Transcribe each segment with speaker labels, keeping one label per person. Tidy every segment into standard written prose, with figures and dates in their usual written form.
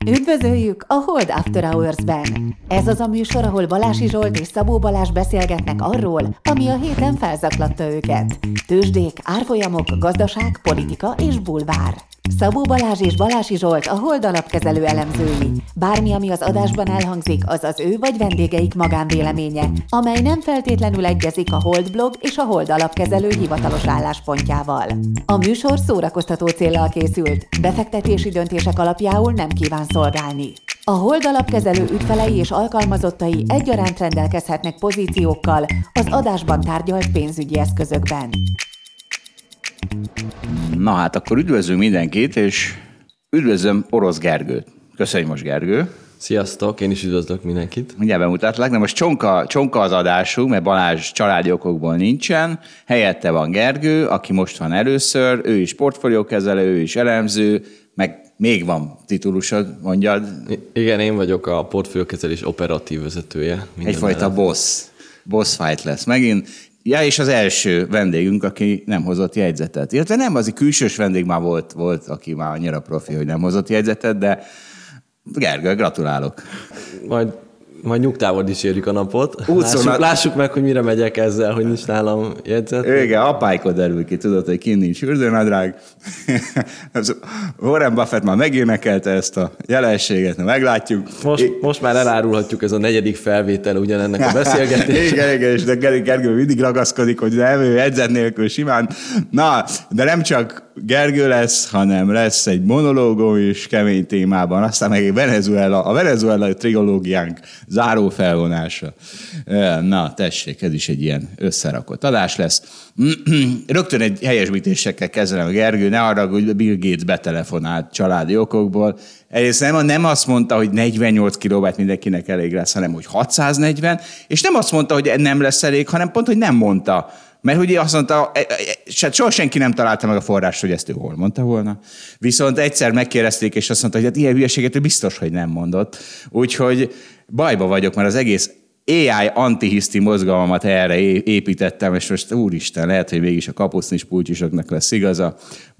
Speaker 1: Üdvözöljük a Hold After Hours-ben! Ez az a műsor, ahol Balási Zsolt és Szabó Balázs beszélgetnek arról, ami a héten felzaklatta őket. Tőzsdék, árfolyamok, gazdaság, politika és bulvár. Szabó Balázs és Balási Zsolt a Hold alapkezelő elemzői. Bármi, ami az adásban elhangzik, az az ő vagy vendégeik magánvéleménye, amely nem feltétlenül egyezik a Hold blog és a Hold alapkezelő hivatalos álláspontjával. A műsor szórakoztató céllal készült, befektetési döntések alapjául nem kíván szolgálni. A Hold alapkezelő ügyfelei és alkalmazottai egyaránt rendelkezhetnek pozíciókkal az adásban tárgyalt pénzügyi eszközökben.
Speaker 2: Na hát akkor üdvözlünk mindenkit, és üdvözlöm Orosz Gergőt. Köszönjük most, Gergő.
Speaker 3: Sziasztok, én is üdvözlök mindenkit.
Speaker 2: Mindjárt bemutatlak, de most csonka az adásunk, mert Balázs családi okokból nincsen. Helyette van Gergő, aki most van először, ő is portfóliókezelő, ő is elemző, meg még van titulusod, mondjad.
Speaker 3: Igen, én vagyok a portfóliókezelés operatív vezetője.
Speaker 2: Egyfajta boss fight lesz megint. Ja, és az első vendégünk, aki nem hozott jegyzetet. Illetve nem, az egy külsős vendég már volt, aki már annyira profi, hogy nem hozott jegyzetet, de Gergő, gratulálok.
Speaker 3: Majd nyugtával dicsérjük a napot. Lássuk meg, hogy mire megyek ezzel, hogy nincs nálam jegyzet.
Speaker 2: Igen, apáikod derül ki, tudod, hogy kint nincs fürdőnadrág. Warren Buffett már megénekelte ezt a jelenséget, meglátjuk.
Speaker 3: Most már elárulhatjuk, ez a 4. felvétel ugyanennek a beszélgetés.
Speaker 2: Igen, és de Gergő mindig ragaszkodik, hogy nem, ő jegyzet nélkül simán. Na, de nem csak Gergő lesz, hanem lesz egy monológom is kemény témában, aztán meg a Venezuela trilógiánk záró felvonása. Na, tessék, ez is egy ilyen összerakott adás lesz. Rögtön egy helyesbítésekkel kezdem, Gergő, ne arra, hogy Bill Gates betelefonált családi okokból. Egyrészt nem azt mondta, hogy 48 kilówatt mindenkinek elég lesz, hanem hogy 640, és nem azt mondta, hogy nem lesz elég, hanem pont, hogy nem mondta. Mert ugye azt mondta, soha senki nem találta meg a forrást, hogy ezt ő hol mondta volna. Viszont egyszer megkérdezték, és azt mondta, hogy hát ilyen hülyeséget ő biztos, hogy nem mondott. Úgyhogy bajba vagyok, mert az egész AI antihiszti mozgalmamat erre építettem, és most úristen, lehet, hogy mégis a kapusznis pulcsisoknak lesz igaza.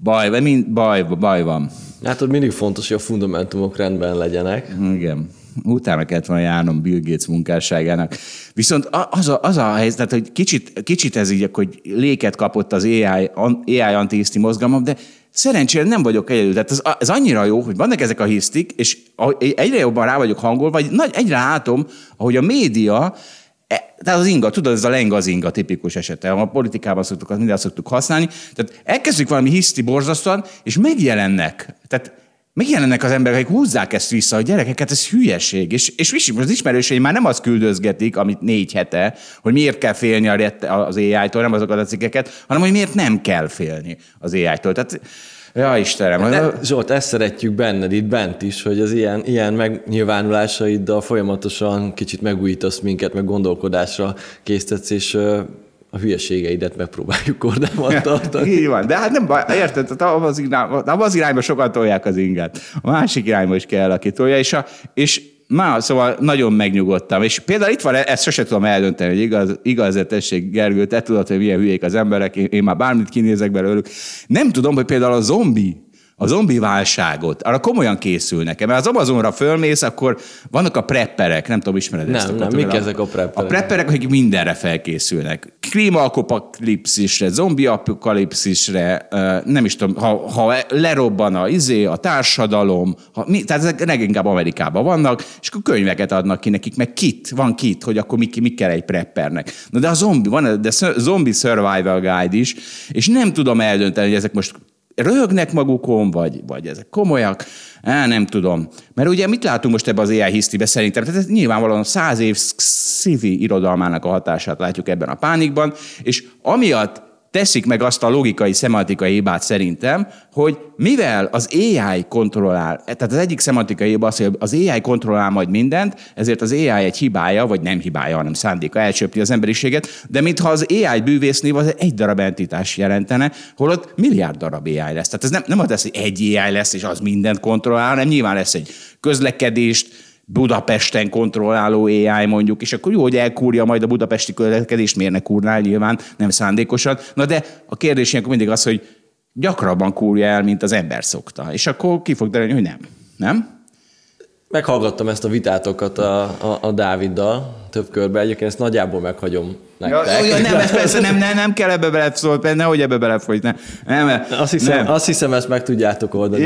Speaker 2: Baj van.
Speaker 3: Hát ott mindig fontos, hogy a fundamentumok rendben legyenek.
Speaker 2: Igen. Utána kellett volna járnom Bill Gates munkásságának. Viszont az a helyzet, hogy kicsit ez így, hogy léket kapott az AI antihiszti mozgalmam, de szerencsére nem vagyok egyedül. Tehát ez annyira jó, hogy vannak ezek a hisztik, és egyre jobban rá vagyok hangolva, vagy egyre látom, ahogy a média, tehát az inga, tudod, ez a leng az inga tipikus esete. A politikában mindent szoktuk használni. Tehát elkezdjük valami hiszti borzasztóan, és megjelennek. Tehát megjelennek az emberek, akik húzzák ezt vissza, hogy gyerekeket, ez hülyeség. És az ismerőseim már nem azt küldözgetik, amit 4 hete, hogy miért kell félni az AI-tól, nem azokat a cikkeket, hanem hogy miért nem kell félni az AI-tól. Tehát, ja, Istenem.
Speaker 3: Zsolt, ezt szeretjük benned itt bent is, hogy az ilyen megnyilvánulásaiddal folyamatosan kicsit megújítasz minket, meg gondolkodásra késztetsz, és a hülyeségeidet megpróbáljuk kordában tartani.
Speaker 2: Így van, de hát nem baj, érted, abban az irányba sokan tolják az ingát. A másik irányba is kell, aki tolja, és szóval nagyon megnyugodtam. És például itt van, ezt sose tudom eldönteni, hogy igaz, tessék, Gergő, te tudod, hogy milyen hülyék az emberek, én már bármit kinézek belőlük. Nem tudom, hogy például a zombi válságot, arra komolyan készülnek. Mert az Amazonra fölmész, akkor vannak a prepperek, nem tudom, ismered ezt.
Speaker 3: Nem, mik ezek a prepperek?
Speaker 2: A prepperek, akik mindenre felkészülnek. Klímaapokalipszisre, zombi-apokalipszisre, nem is tudom, ha lerobban a társadalom, tehát ezek leginkább Amerikában vannak, és akkor könyveket adnak ki nekik, meg van kit, hogy akkor mi kell egy preppernek. Na de van a Zombie Survival Guide is, és nem tudom eldönteni, hogy ezek most röhögnek magukon, vagy ezek komolyak, nem tudom. Mert ugye mit látunk most ebben az AI hisztibe szerintem? Tehát nyilvánvalóan 100 év sci-fi irodalmának a hatását látjuk ebben a pánikban, és amiatt teszik meg azt a logikai, szemantikai hibát szerintem, hogy mivel az AI kontrollál, tehát az egyik szemantikai hiba az, hogy az AI kontrollál majd mindent, ezért az AI egy hibája, vagy nem hibája, hanem szándéka elcsöpli az emberiséget, de mintha az AI bűvésznév az egy darab entitás jelentene, holott milliárd darab AI lesz. Tehát ez nem az lesz, hogy egy AI lesz, és az mindent kontrollál, hanem nyilván lesz egy közlekedést, Budapesten kontrolláló AI mondjuk, és akkor jó, hogy elkúrja majd a budapesti közlekedést, miért ne kúrnál nyilván, nem szándékosan. Na de a kérdés ilyenkor mindig az, hogy gyakrabban kúrja el, mint az ember szokta. És akkor ki fog derülni, hogy nem. Nem?
Speaker 3: Meghallgattam ezt a vitátokat a Dáviddal több körben, egyébként ezt nagyjából meghagyom nektek.
Speaker 2: Nem, ez persze nem kell ebbe beleszólni, nehogy ebbe belefolyt.
Speaker 3: Azt hiszem, ezt meg tudjátok oldani.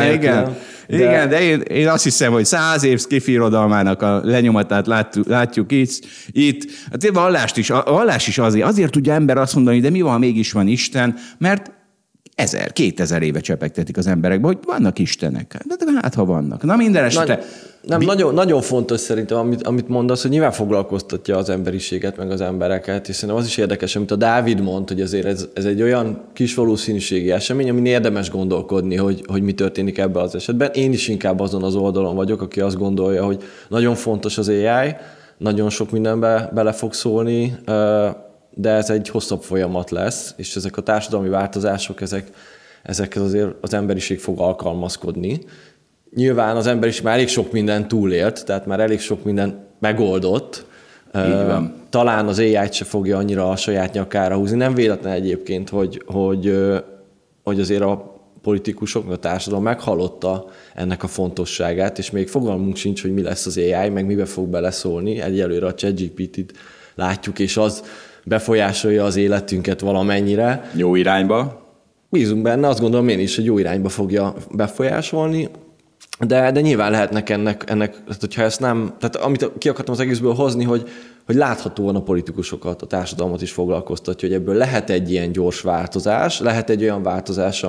Speaker 2: Igen, de én azt hiszem, hogy 100 év szkifi irodalmának a lenyomatát látjuk itt. Hát a vallás is azért tudja ember azt mondani, de mi van, mégis van Isten, mert 1000-2000 éve csepegtetik az emberekbe, hogy vannak istenek. Hát, ha vannak. Na minden esetre...
Speaker 3: Nagyon fontos szerintem, amit mondasz, hogy nyilván foglalkoztatja az emberiséget, meg az embereket, és szerintem az is érdekes, amit a Dávid mond, hogy azért ez egy olyan kis valószínűségi esemény, amin érdemes gondolkodni, hogy mi történik ebben az esetben. Én is inkább azon az oldalon vagyok, aki azt gondolja, hogy nagyon fontos az AI, nagyon sok mindenbe bele fog szólni, de ez egy hosszabb folyamat lesz, és ezek a társadalmi változások, ezekhez azért az emberiség fog alkalmazkodni. Nyilván az ember is már elég sok mindent túlélt, tehát már elég sok mindent megoldott. Talán az AI-t se fogja annyira a saját nyakára húzni. Nem véletlen egyébként, hogy azért a politikusok, a társadalom meghallotta ennek a fontosságát, és még fogalmunk sincs, hogy mi lesz az AI, meg mibe fog beleszólni. Egyelőre a ChatGPT-t látjuk, és az befolyásolja az életünket valamennyire.
Speaker 2: Jó irányba.
Speaker 3: Bízunk benne, azt gondolom én is, hogy jó irányba fogja befolyásolni, de nyilván lehetnek ennek, hogyha ezt nem, tehát amit ki akartam az egészből hozni, hogy láthatóan a politikusokat, a társadalmat is foglalkoztatja, hogy ebből lehet egy ilyen gyors változás, lehet egy olyan változás,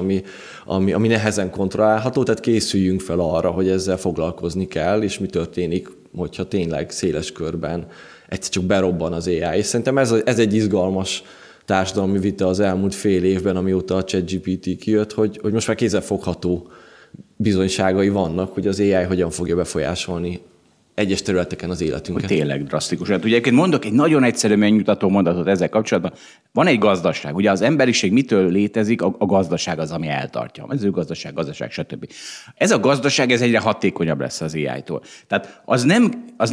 Speaker 3: ami nehezen kontrollálható, tehát készüljünk fel arra, hogy ezzel foglalkozni kell, és mi történik, hogyha tényleg széles körben egyszer csak berobban az AI. És szerintem ez egy izgalmas társadalmi vita az elmúlt fél évben, amióta a ChatGPT kijött, hogy most már kézzelfogható bizonyságai vannak, hogy az AI hogyan fogja befolyásolni egyes területeken az életünket.
Speaker 2: Tényleg drasztikus. Hát ugye egyébként mondok egy nagyon egyszerű megnyugtató mondatot ezzel kapcsolatban. Van egy gazdaság. Ugye az emberiség mitől létezik? A gazdaság az, ami eltartja. A mezőgazdaság, stb. Ez a gazdaság egyre hatékonyabb lesz az AI-tól. Tehát az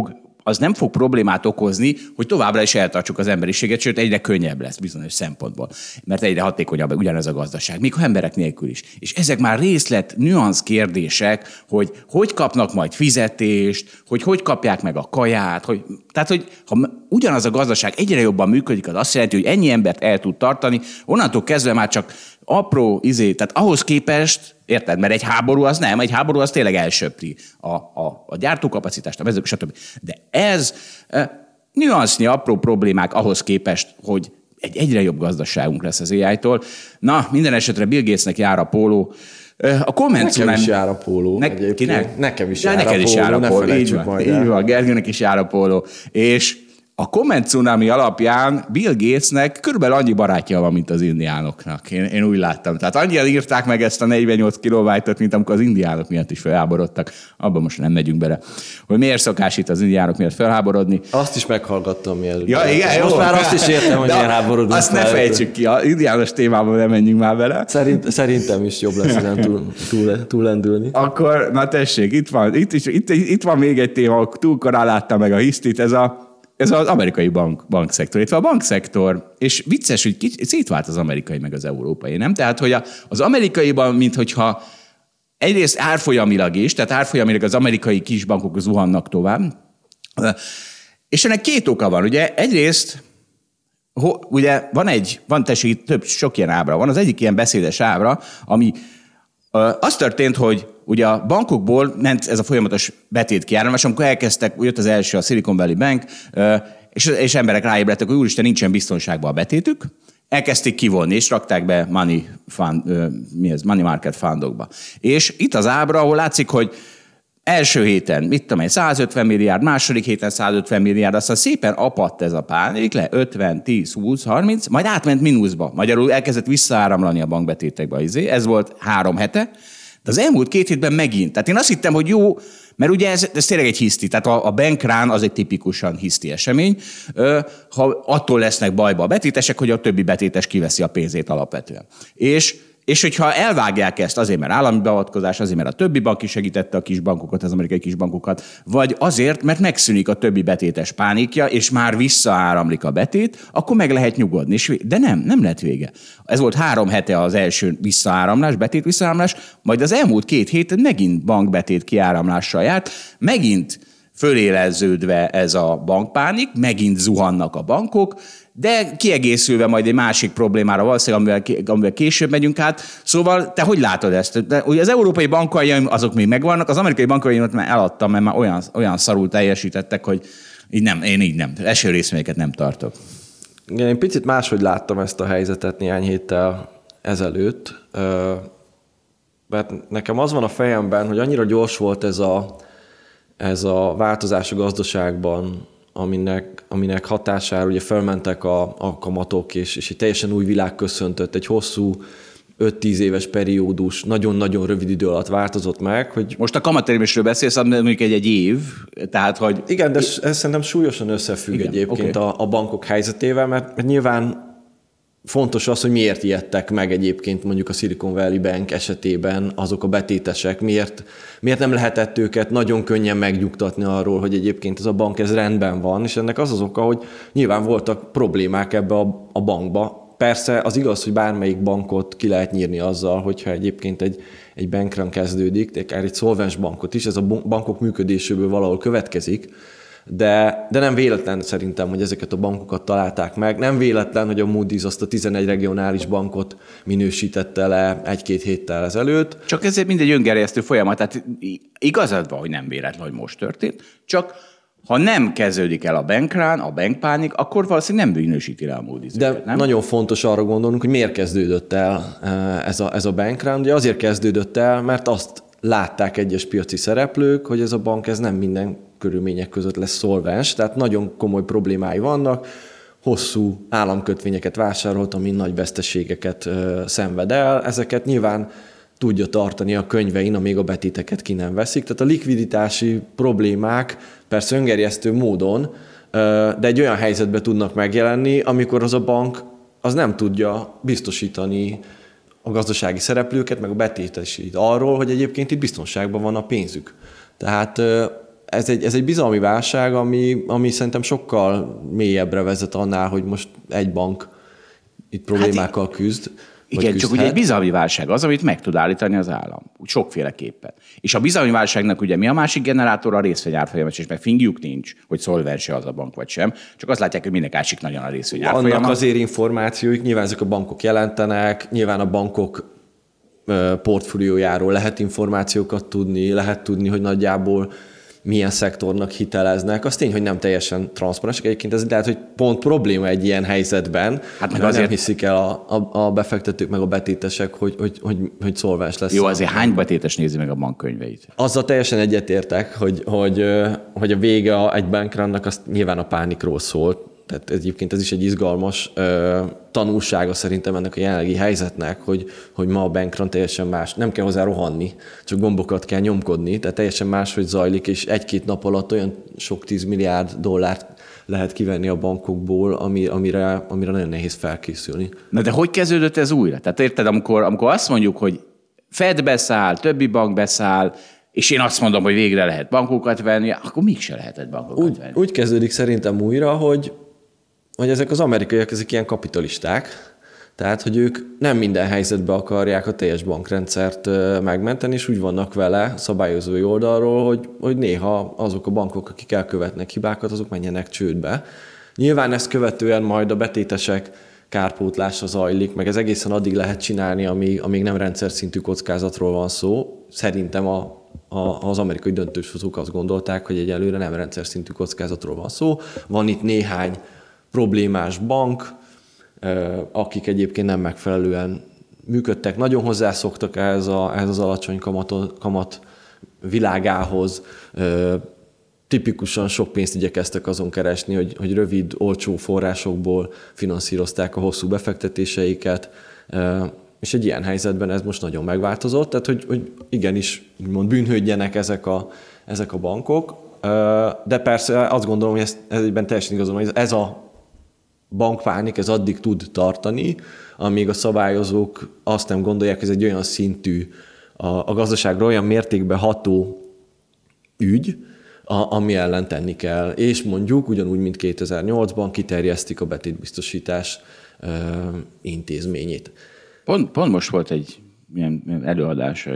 Speaker 2: nem fog problémát okozni, hogy továbbra is eltartsuk az emberiséget, sőt egyre könnyebb lesz bizonyos szempontból, mert egyre hatékonyabb ugyanez a gazdaság, még a emberek nélkül is. És ezek már részlet, nüansz kérdések, hogy kapnak majd fizetést, hogy kapják meg a kaját, tehát, hogy ha ugyanaz a gazdaság egyre jobban működik, az azt jelenti, hogy ennyi embert el tud tartani, onnantól kezdve már csak apró tehát ahhoz képest, érted, mert egy háború az tényleg elsöpri a gyártókapacitást, a vezetők, stb. De ez nüansznyi apró problémák ahhoz képest, hogy egy egyre jobb gazdaságunk lesz az AI-tól. Na, minden esetre Bill Gatesnek jár a póló. A
Speaker 3: Nekem is jár a póló. Nekem is jár a póló,
Speaker 2: így van, Gergőnek is jár a póló. És a komment cunami alapján Bill Gatesnek körülbelül annyi barátja van, mint az indiánoknak. Én úgy láttam. Tehát annyian írták meg ezt a 48 kilobájtot, mint amikor az indiánok miatt is felháborodtak. Abban most nem megyünk bele. Hogy miért szokás itt az indiánok miatt felháborodni.
Speaker 3: Azt is meghallgattam mielőtt.
Speaker 2: Ja, igen,
Speaker 3: most már azt is értem, hogy miért háborodunk.
Speaker 2: Azt ne fejtsük ki, az indiános témában nem menjünk már bele.
Speaker 3: Szerintem is jobb lesz ezen túlendülni.
Speaker 2: Akkor, na tessék, itt van még egy téma, túl korán láttam meg a hisztit, ez az amerikai bankszektor. Itt van a bankszektor, és vicces, hogy szétvált az amerikai meg az európai, nem? Tehát, hogy az amerikaiban, minthogyha egyrészt árfolyamilag is, tehát árfolyamilag az amerikai kisbankok zuhannak tovább, és ennek két oka van. Ugye egyrészt, ugye van sok ilyen ábra van, az egyik ilyen beszédes ábra, ami az történt, hogy ugye a bankokból ment ez a folyamatos betétkiáramlás, amikor jött az első a Silicon Valley Bank, és emberek ráébredtek, hogy úristen, nincsen biztonságban a betétük, elkezdték kivonni, és rakták be money market fundokba. És itt az ábra, ahol látszik, hogy első héten, 150 milliárd, második héten 150 milliárd, aztán szépen apadt ez a pánik le, 50, 10, 20, 30, majd átment mínuszba. Magyarul elkezdett visszaáramlani a bankbetétekbe. Ez volt 3 hete, de az elmúlt 2 hétben megint. Tehát én azt hittem, hogy jó, mert ugye ez tényleg egy hiszti, tehát a bank run az egy tipikusan hiszti esemény, ha attól lesznek bajba a betétesek, hogy a többi betétes kiveszi a pénzét alapvetően. És És hogyha elvágják ezt azért, mert állami beavatkozás, azért, mert a többi bank is segítette a kis bankokat, az amerikai kis bankokat, vagy azért, mert megszűnik a többi betétes pánikja, és már visszaáramlik a betét, akkor meg lehet nyugodni. De nem lett vége. Ez volt 3 hete az első visszaáramlás, betét visszaáramlás, majd az elmúlt 2 héten megint bankbetét kiáramlással járt, megint föléleződve ez a bankpánik, megint zuhannak a bankok, de kiegészülve majd egy másik problémára valószínűleg, amivel később megyünk át. Szóval te hogy látod ezt? De ugye az európai bankjaim azok még megvannak, az amerikai bankjaimat már eladtam, mert már olyan szarul teljesítettek, hogy én így nem. Eső részvényeket nem tartok.
Speaker 3: Igen, én picit máshogy láttam ezt a helyzetet néhány héttel ezelőtt, mert nekem az van a fejemben, hogy annyira gyors volt ez a változás a gazdaságban, aminek hatására ugye felmentek a kamatok, és egy teljesen új világ köszöntött, egy hosszú 5-10 éves periódus, nagyon-nagyon rövid idő alatt változott meg. Hogy...
Speaker 2: Most a kamattermésről beszélsz, mondjuk egy év, tehát hogy...
Speaker 3: Igen, de ez szerintem súlyosan összefügg egyébként a bankok helyzetével, mert nyilván fontos az, hogy miért ijedtek meg egyébként mondjuk a Silicon Valley Bank esetében azok a betétesek, miért nem lehetett őket nagyon könnyen megnyugtatni arról, hogy egyébként ez a bank ez rendben van, és ennek az oka, hogy nyilván voltak problémák ebbe a bankba. Persze az igaz, hogy bármelyik bankot ki lehet nyírni azzal, hogyha egyébként egy bankrun kezdődik, akár egy szolvens bankot is, ez a bankok működéséből valahol következik, de nem véletlen szerintem, hogy ezeket a bankokat találták meg. Nem véletlen, hogy a Moody's azt a 11 regionális bankot minősítette le 1-2 héttel ezelőtt.
Speaker 2: Csak ez mindegy öngerjesztő folyamat. Tehát igazad van, hogy nem véletlen, hogy most történt. Csak ha nem kezdődik el a bankrun, a bankpánik, akkor valószínűleg nem minősíti le a Moody's.
Speaker 3: De nem? Nagyon fontos arra gondolnunk, hogy miért kezdődött el ez a bankrun. Ugye azért kezdődött el, mert azt látták egyes piaci szereplők, hogy ez a bank ez nem minden körülmények között lesz szolvens, tehát nagyon komoly problémái vannak, hosszú államkötvényeket vásárolt, ami nagy veszteségeket szenved el, ezeket nyilván tudja tartani a könyvein, amíg a betéteket ki nem veszik, tehát a likviditási problémák persze öngerjesztő módon, de egy olyan helyzetben tudnak megjelenni, amikor az a bank az nem tudja biztosítani a gazdasági szereplőket, meg a betéteseit arról, hogy egyébként itt biztonságban van a pénzük. Tehát ez egy bizalmi válság, ami szerintem sokkal mélyebbre vezet annál, hogy most egy bank itt problémákkal küzd.
Speaker 2: Igen, csak ugye egy bizalmi válság az, amit meg tud állítani az állam. Úgy sokféleképpen. És a bizalmi válságnak ugye mi a másik generátor? A részvényárfolyamos, és meg fingjuk nincs, hogy szolvense az a bank vagy sem. Csak azt látják, hogy mindenki ásik nagyon a részvényárfolyama.
Speaker 3: Annak azért információik, nyilván ezek a bankok jelentenek, nyilván a bankok portfóliójáról lehet információkat tudni, lehet tudni, hogy nagyjából milyen szektornak hiteleznek. Az tény, hogy nem teljesen transzparensek. Egyébként ez lehet, hogy pont probléma egy ilyen helyzetben, hát meg azért nem hiszik el a befektetők meg a betétesek, hogy szolvens lesz.
Speaker 2: Jó, azért hány betétes nézi meg a bankkönyveit?
Speaker 3: Azzal teljesen egyetértek, hogy a vége egy bankrunnak az nyilván a pánikról szólt. Tehát egyébként ez is egy izgalmas tanulsága szerintem ennek a jelenlegi helyzetnek, hogy ma a bankrun teljesen más. Nem kell hozzá rohanni, csak gombokat kell nyomkodni, tehát teljesen máshogy zajlik, és 1-2 nap alatt olyan sok 10 milliárd dollárt lehet kivenni a bankokból, amire nagyon nehéz felkészülni.
Speaker 2: Na de hogy kezdődött ez újra? Tehát érted, amikor azt mondjuk, hogy Fed beszáll, többi bank beszáll, és én azt mondom, hogy végre lehet bankokat venni, akkor mégse lehetett bankokat venni.
Speaker 3: Úgy kezdődik szerintem újra, hogy ezek az amerikaiak, ezek ilyen kapitalisták, tehát, hogy ők nem minden helyzetben akarják a teljes bankrendszert megmenteni, és úgy vannak vele szabályozói oldalról, hogy néha azok a bankok, akik elkövetnek hibákat, azok menjenek csődbe. Nyilván ezt követően majd a betétesek kárpótlása zajlik, meg ez egészen addig lehet csinálni, amíg nem rendszer szintű kockázatról van szó. Szerintem az amerikai döntéshozók azt gondolták, hogy egyelőre nem rendszer szintű kockázatról van szó. Van itt néhány problémás bank, akik egyébként nem megfelelően működtek, nagyon hozzászoktak ehhez az alacsony kamat világához, tipikusan sok pénzt igyekeztek azon keresni, hogy rövid, olcsó forrásokból finanszírozták a hosszú befektetéseiket, és egy ilyen helyzetben ez most nagyon megváltozott, tehát hogy igenis úgymond bűnhődjenek ezek a bankok, de persze azt gondolom, hogy ez egyben teljesen igazolom, hogy ez a bankpánik ez addig tud tartani, amíg a szabályozók azt nem gondolják, hogy ez egy olyan szintű, a gazdaságra olyan mértékben ható ügy, ami ellen tenni kell. És mondjuk ugyanúgy, mint 2008-ban kiterjesztik a betétbiztosítás intézményét.
Speaker 2: Pont most volt egy ilyen előadása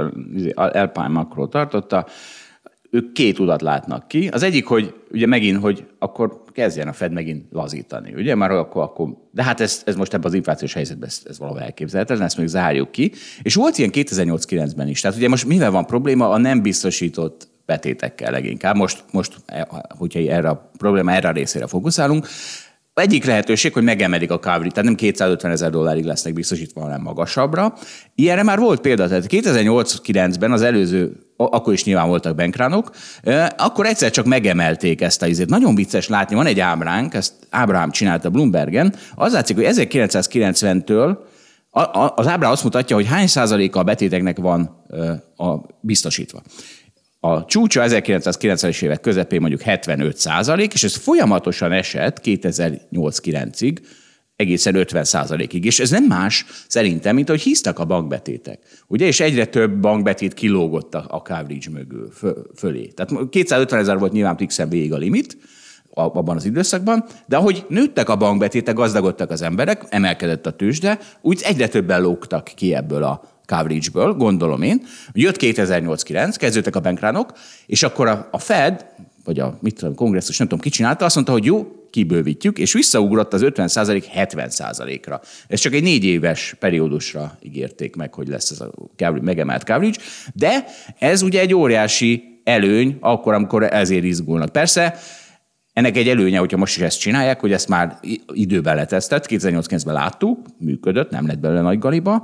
Speaker 2: Alpine Macro tartotta, ők két utat látnak ki. Az egyik, hogy ugye megint, hogy akkor kezdjen a Fed megint lazítani. Ugye már akkor de hát ez most ebben az inflációs helyzetben ez valahol elképzelhetetlen, ezt még zárjuk ki. És volt ilyen 2008-9-ben is. Tehát ugye most mivel van probléma? A nem biztosított betétekkel leginkább. Most hogyha erre a probléma erre a részére fókuszálunk, egyik lehetőség, hogy megemelik a coverage, tehát nem $250,000 lesznek biztosítva, hanem magasabbra. Ilyenre már volt példa, tehát 2008-9-ben az előző, akkor is nyilván voltak bankrunok, akkor egyszer csak megemelték ezt a izét. Nagyon vicces látni, van egy ábránk, ezt Ábrahám csinálta Bloombergen, az látszik, hogy 1990-től az ábrá azt mutatja, hogy hány százaléka a betéteknek van biztosítva. A csúcsa 1990-es évek közepén mondjuk 75%, és ez folyamatosan esett 2008-9-ig, egészen 50%-ig. És ez nem más szerintem, mint ahogy hisztak a bankbetétek. Ugye? És egyre több bankbetét kilógott a coverage mögül fölé. Tehát 250,000 volt nyilván Tixen végig a limit abban az időszakban, de ahogy nőttek a bankbetétek, gazdagodtak az emberek, emelkedett a tőzsde, úgy egyre többen lógtak ki ebből a coverage-ből, gondolom én. Jött 2008-9, kezdődtek a bankrunok, és akkor a Fed, vagy a kongresszus, nem tudom ki csinálta, azt mondta, hogy jó, kibővítjük, és visszaugrott az 50% 70%-ra. Ez csak egy 4 éves periódusra ígérték meg, hogy lesz ez a megemelt coverage, de ez ugye egy óriási előny akkor, amikor ezért izgulnak. Persze, ennek egy előnye, hogyha most is ezt csinálják, hogy ezt már időben letesztett, 2008-9-ben láttuk, működött, nem lett belőle nagy galiba.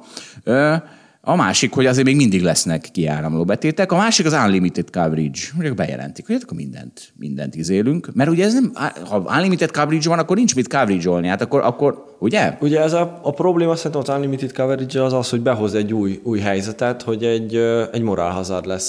Speaker 2: A másik, hogy azért még mindig lesznek kiáramló betétek. A másik az unlimited coverage. Ugye bejelentik, hogy akkor mindent izélünk. Mert ugye ez nem, ha unlimited coverage van, akkor nincs mit coverage-olni. Hát akkor ugye?
Speaker 3: Ugye ez a probléma szerintem az unlimited coverage az, hogy behoz egy új helyzetet, hogy egy moral hazard lesz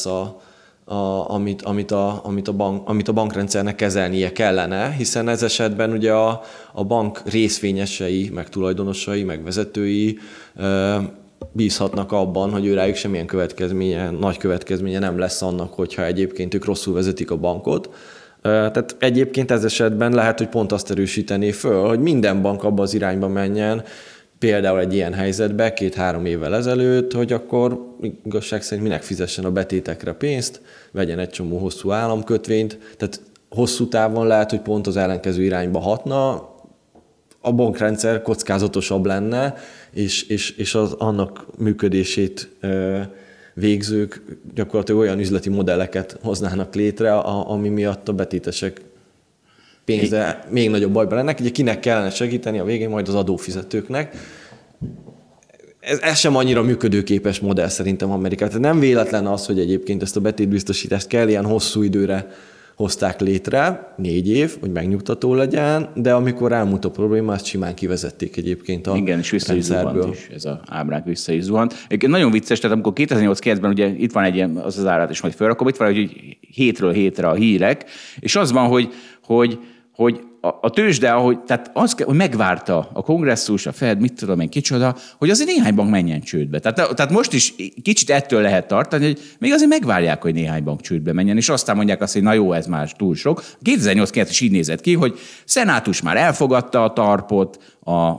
Speaker 3: amit a bankrendszernek kezelnie kellene, hiszen ez esetben ugye a bank részvényesei, meg tulajdonosai, meg vezetői bízhatnak abban, hogy őrájuk semmilyen nagy következménye nem lesz annak, hogyha egyébként ők rosszul vezetik a bankot. Tehát egyébként ez esetben lehet, hogy pont azt erősítené föl, hogy minden bank abba az irányba menjen, például egy ilyen helyzetbe 2-3 évvel ezelőtt, hogy akkor igazság szerint minek fizessen a betétekre pénzt, vegyen egy csomó hosszú államkötvényt, tehát hosszú távon lehet, hogy pont az ellenkező irányba hatna, a bankrendszer kockázatosabb lenne, és az annak működését végzők gyakorlatilag olyan üzleti modelleket hoznának létre, ami miatt a betétesek pénze még nagyobb bajban lennek. Ugye kinek kellene segíteni a végén, majd az adófizetőknek. Ez sem annyira működőképes modell szerintem Amerikában. Tehát nem véletlen az, hogy egyébként ezt a betétbiztosítást kell ilyen hosszú időre hozták létre, 4 év, hogy megnyugtató legyen, de amikor elmúlt a probléma, azt simán kivezették egyébként a
Speaker 2: igen, és vissza is zuhant is, ez az ábrák vissza is zuhant. Egyébként nagyon vicces, tehát amikor 2008-9-ben ugye itt van egy ilyen, az árat is majd felrakom, itt van, hogy hétről hétre a hírek, és az van, hogy a tőzsde, tehát az, hogy megvárta a kongresszus, a Fed, mit tudom én, kicsoda, hogy azért néhány bank menjen csődbe. Tehát most is kicsit ettől lehet tartani, hogy még azért megvárják, hogy néhány bank csődbe menjen, és aztán mondják azt, hogy na jó, ez már túl sok. 2008-9 is így nézett ki, hogy szenátus már elfogadta a tarpot,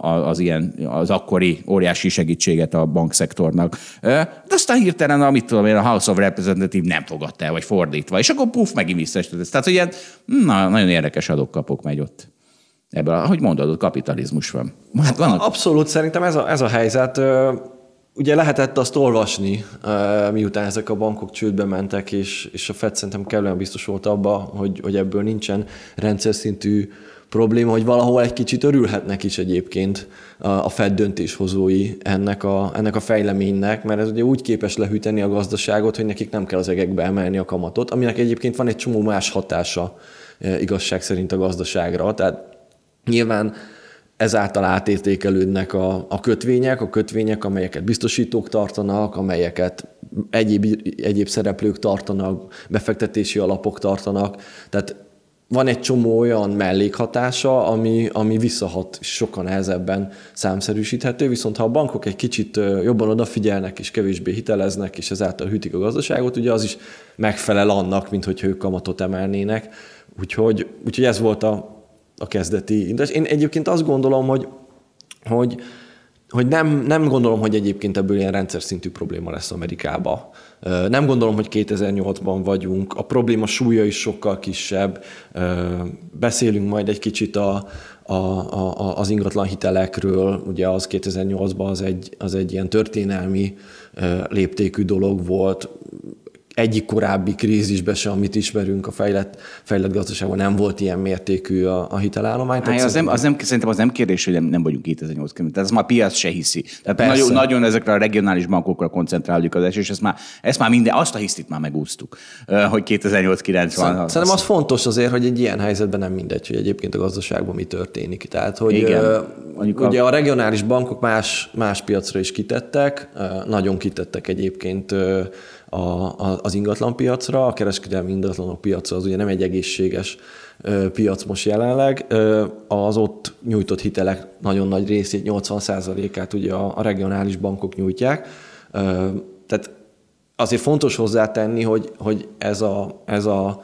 Speaker 2: az akkori óriási segítséget a bankszektornak. De aztán hirtelen a House of Representatives nem fogadta el, vagy fordítva, és akkor puff, megint visszaesett. Tehát, hogy ilyen, nagyon érdekes adok-kapok megy ott. Ebből, ahogy mondod, kapitalizmus van.
Speaker 3: Hát abszolút, szerintem ez a helyzet. Ugye lehetett azt olvasni, miután ezek a bankok csődbe mentek, és a Fed szerintem kellően biztos volt abba, hogy ebből nincsen rendszer szintű probléma, hogy valahol egy kicsit örülhetnek is egyébként a Fed döntéshozói ennek a fejleménynek, mert ez ugye úgy képes lehűteni a gazdaságot, hogy nekik nem kell az egekbe emelni a kamatot, aminek egyébként van egy csomó más hatása igazság szerint a gazdaságra. Tehát nyilván ezáltal átértékelődnek a kötvények, amelyeket biztosítók tartanak, amelyeket egyéb szereplők tartanak, befektetési alapok tartanak. Tehát van egy csomó olyan mellékhatása, ami visszahat, sokkal nehezebben számszerűsíthető, viszont ha a bankok egy kicsit jobban odafigyelnek és kevésbé hiteleznek, és ezáltal hűtik a gazdaságot, ugye az is megfelel annak, mint hogyha ők kamatot emelnének. Úgyhogy ez volt a kezdeti. De én egyébként azt gondolom, hogy nem gondolom, hogy egyébként ebből ilyen rendszer szintű probléma lesz Amerikában. Nem gondolom, hogy 2008-ban vagyunk, a probléma súlya is sokkal kisebb. Beszélünk majd egy kicsit az ingatlan hitelekről, ugye az 2008-ban az egy ilyen történelmi léptékű dolog volt. Egyik korábbi krízisben se, amit ismerünk, a fejlett gazdaságban nem volt ilyen mértékű a hitelállomány.
Speaker 2: Szerintem az nem kérdés, hogy nem vagyunk 2008 körül. Tehát ez már a piac se hiszi. Tehát nagyon ezekre a regionális bankokra koncentráljuk az és ezt már azt a hisztit már megúsztuk, hogy 2008-9 van.
Speaker 3: Szerintem az fontos azért, hogy egy ilyen helyzetben nem mindegy, hogy egyébként a gazdaságban mi történik. Tehát, hogy ugye a regionális bankok más piacra is kitettek, nagyon kitettek egyébként az ingatlanpiacra, a kereskedelmi ingatlanok piaca az ugye nem egy egészséges piac most jelenleg, az ott nyújtott hitelek nagyon nagy részét, 80%-át ugye a regionális bankok nyújtják. Tehát azért fontos hozzátenni, hogy ez a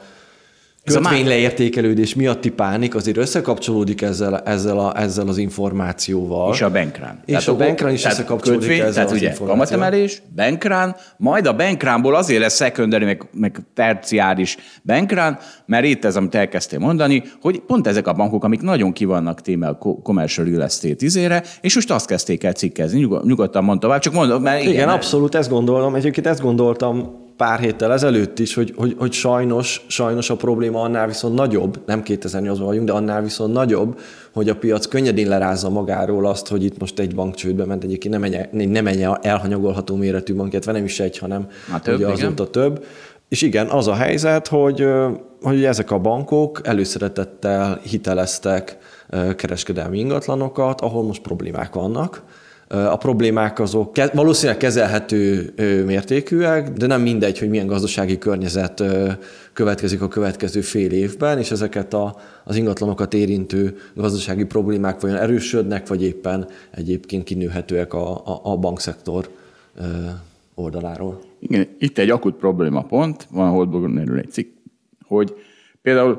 Speaker 3: kötvényleértékelődés miatti pánik azért összekapcsolódik ezzel az információval.
Speaker 2: És a bankrán.
Speaker 3: És a bankrán is összekapcsolódik ezzel az információval.
Speaker 2: Kamatemelés, bankrán, majd a bankránból azért lesz secondary, meg terciáris bankrán, mert itt ez, amit elkezdtél mondani, hogy pont ezek a bankok, amik nagyon ki vannak téme a commercial real estate izére, és most azt kezdték el cikkezni. Nyugodtan mondta tovább, csak mondom, mert
Speaker 3: igen, abszolút ezt gondolom. Egyébként ezt gondoltam pár héttel ezelőtt is, hogy sajnos a probléma annál viszont nagyobb, nem 2008-ban vagyunk, de annál viszont nagyobb, hogy a piac könnyedén lerázza magáról azt, hogy itt most egy bank csődbe ment, egyébként nem egy elhanyagolható méretű bank, illetve nem is egy, hanem ugye azóta több. És igen, az a helyzet, hogy ezek a bankok előszeretettel hiteleztek kereskedelmi ingatlanokat, ahol most problémák vannak. A problémák azok valószínűleg kezelhető mértékűek, de nem mindegy, hogy milyen gazdasági környezet következik a következő fél évben, és ezeket az ingatlanokat érintő gazdasági problémák vajon erősödnek, vagy éppen egyébként kinőhetőek a bankszektor oldaláról.
Speaker 2: Igen, itt egy akut problémapont, van a Holdblogon erről egy cikk, hogy például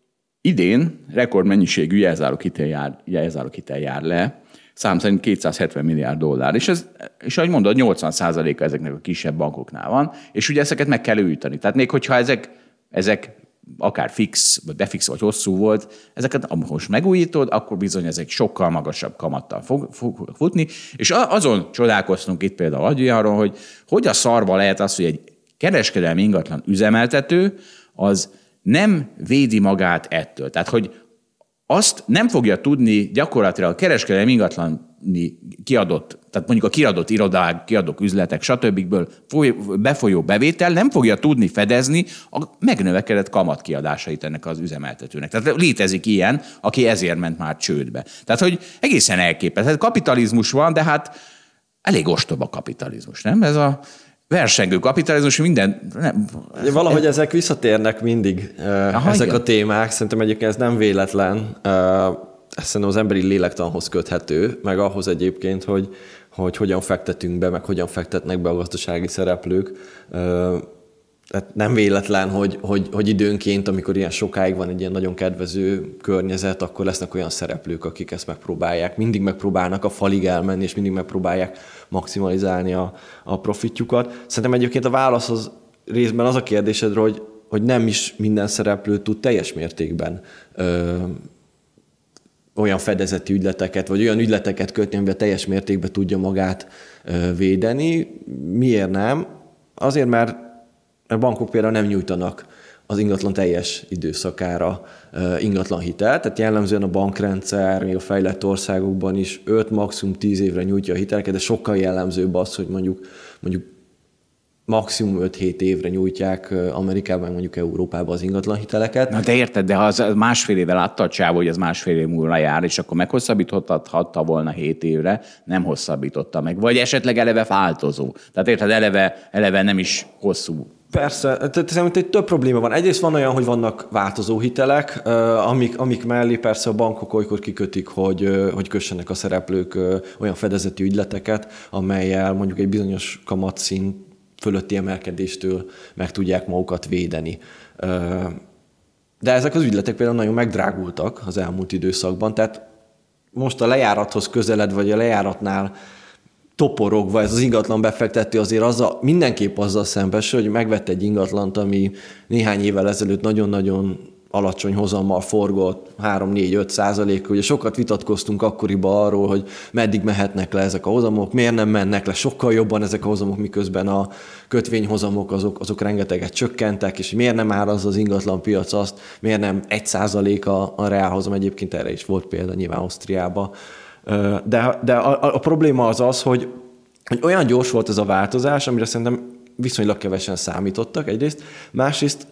Speaker 2: idén rekordmennyiségű jelzáloghitel jár le, szám szerint $270 milliárd. És ahogy mondod, 80%-a ezeknek a kisebb bankoknál van, és ugye ezeket meg kell újítani. Tehát még hogyha ezek akár fix, vagy befix, vagy hosszú volt, ezeket most megújítod, akkor bizony ezek sokkal magasabb kamattal fog futni, és azon csodálkoztunk itt például arról, hogy a szarba lehet az, hogy egy kereskedelmi ingatlan üzemeltető az nem védi magát ettől. Tehát, hogy azt nem fogja tudni gyakorlatilag a kereskedelmi ingatlani kiadott, tehát mondjuk a kiadott irodák, kiadott üzletek, stb. Befolyó bevétel nem fogja tudni fedezni a megnövekedett kamatkiadásait ennek az üzemeltetőnek. Tehát létezik ilyen, aki ezért ment már csődbe. Tehát, hogy egészen elképesztő. Kapitalizmus van, de hát elég ostoba kapitalizmus, nem? Ez a versengő kapitalizmus, minden... Nem.
Speaker 3: Valahogy ezek visszatérnek mindig, ezek a témák. Szerintem egyébként ez nem véletlen. Szerintem az emberi lélektanhoz köthető, meg ahhoz egyébként, hogy hogyan fektetünk be, meg hogyan fektetnek be a gazdasági szereplők. Nem véletlen, hogy időnként, amikor ilyen sokáig van egy ilyen nagyon kedvező környezet, akkor lesznek olyan szereplők, akik ezt megpróbálják. Mindig megpróbálnak a falig elmenni, és mindig megpróbálják maximalizálni a profitjukat. Szerintem egyébként a válasz az részben az a kérdésedre, hogy nem is minden szereplő tud teljes mértékben olyan fedezeti ügyleteket, vagy olyan ügyleteket kötni, amivel teljes mértékben tudja magát védeni. Miért nem? Azért, mert a bankok például nem nyújtanak az ingatlan teljes időszakára ingatlan hitelt, tehát jellemzően a bankrendszer még a fejlett országokban is 5, maximum 10 évre nyújtja a hiteleket, de sokkal jellemzőbb az, hogy mondjuk maximum 5-7 évre nyújtják Amerikában, mondjuk Európában az ingatlanhiteleket.
Speaker 2: Na de érted, de ha az másfél éve látta a csávó, hogy az másfél év múlva jár, és akkor meghosszabbíthatta volna 7 évre, nem hosszabbította meg. Vagy esetleg eleve változó. Tehát érted, eleve nem is hosszú.
Speaker 3: Persze, tehát szerintem több probléma van. Egyrészt van olyan, hogy vannak változó hitelek, amik mellé persze a bankok olykor kikötik, hogy kössenek a szereplők olyan fedezeti ügyleteket, amellyel mondjuk egy bizonyos kamatszint fölötti emelkedéstől meg tudják magukat védeni. De ezek az ügyletek például nagyon megdrágultak az elmúlt időszakban, tehát most a lejárathoz közeled, vagy a lejáratnál toporogva ez az ingatlan befektető azért mindenképp azzal szembesül, hogy megvett egy ingatlant, ami néhány évvel ezelőtt nagyon-nagyon alacsony hozammal forgott, 3-4-5%. Ugye sokat vitatkoztunk akkoriban arról, hogy meddig mehetnek le ezek a hozamok, miért nem mennek le sokkal jobban ezek a hozamok, miközben a kötvényhozamok azok rengeteget csökkentek, és miért nem árazza az ingatlan piac azt, miért nem 1% a reálhozam, egyébként erre is volt példa nyilván Ausztriában. De a probléma az, hogy olyan gyors volt ez a változás, amire szerintem viszonylag kevesen számítottak egyrészt, másrészt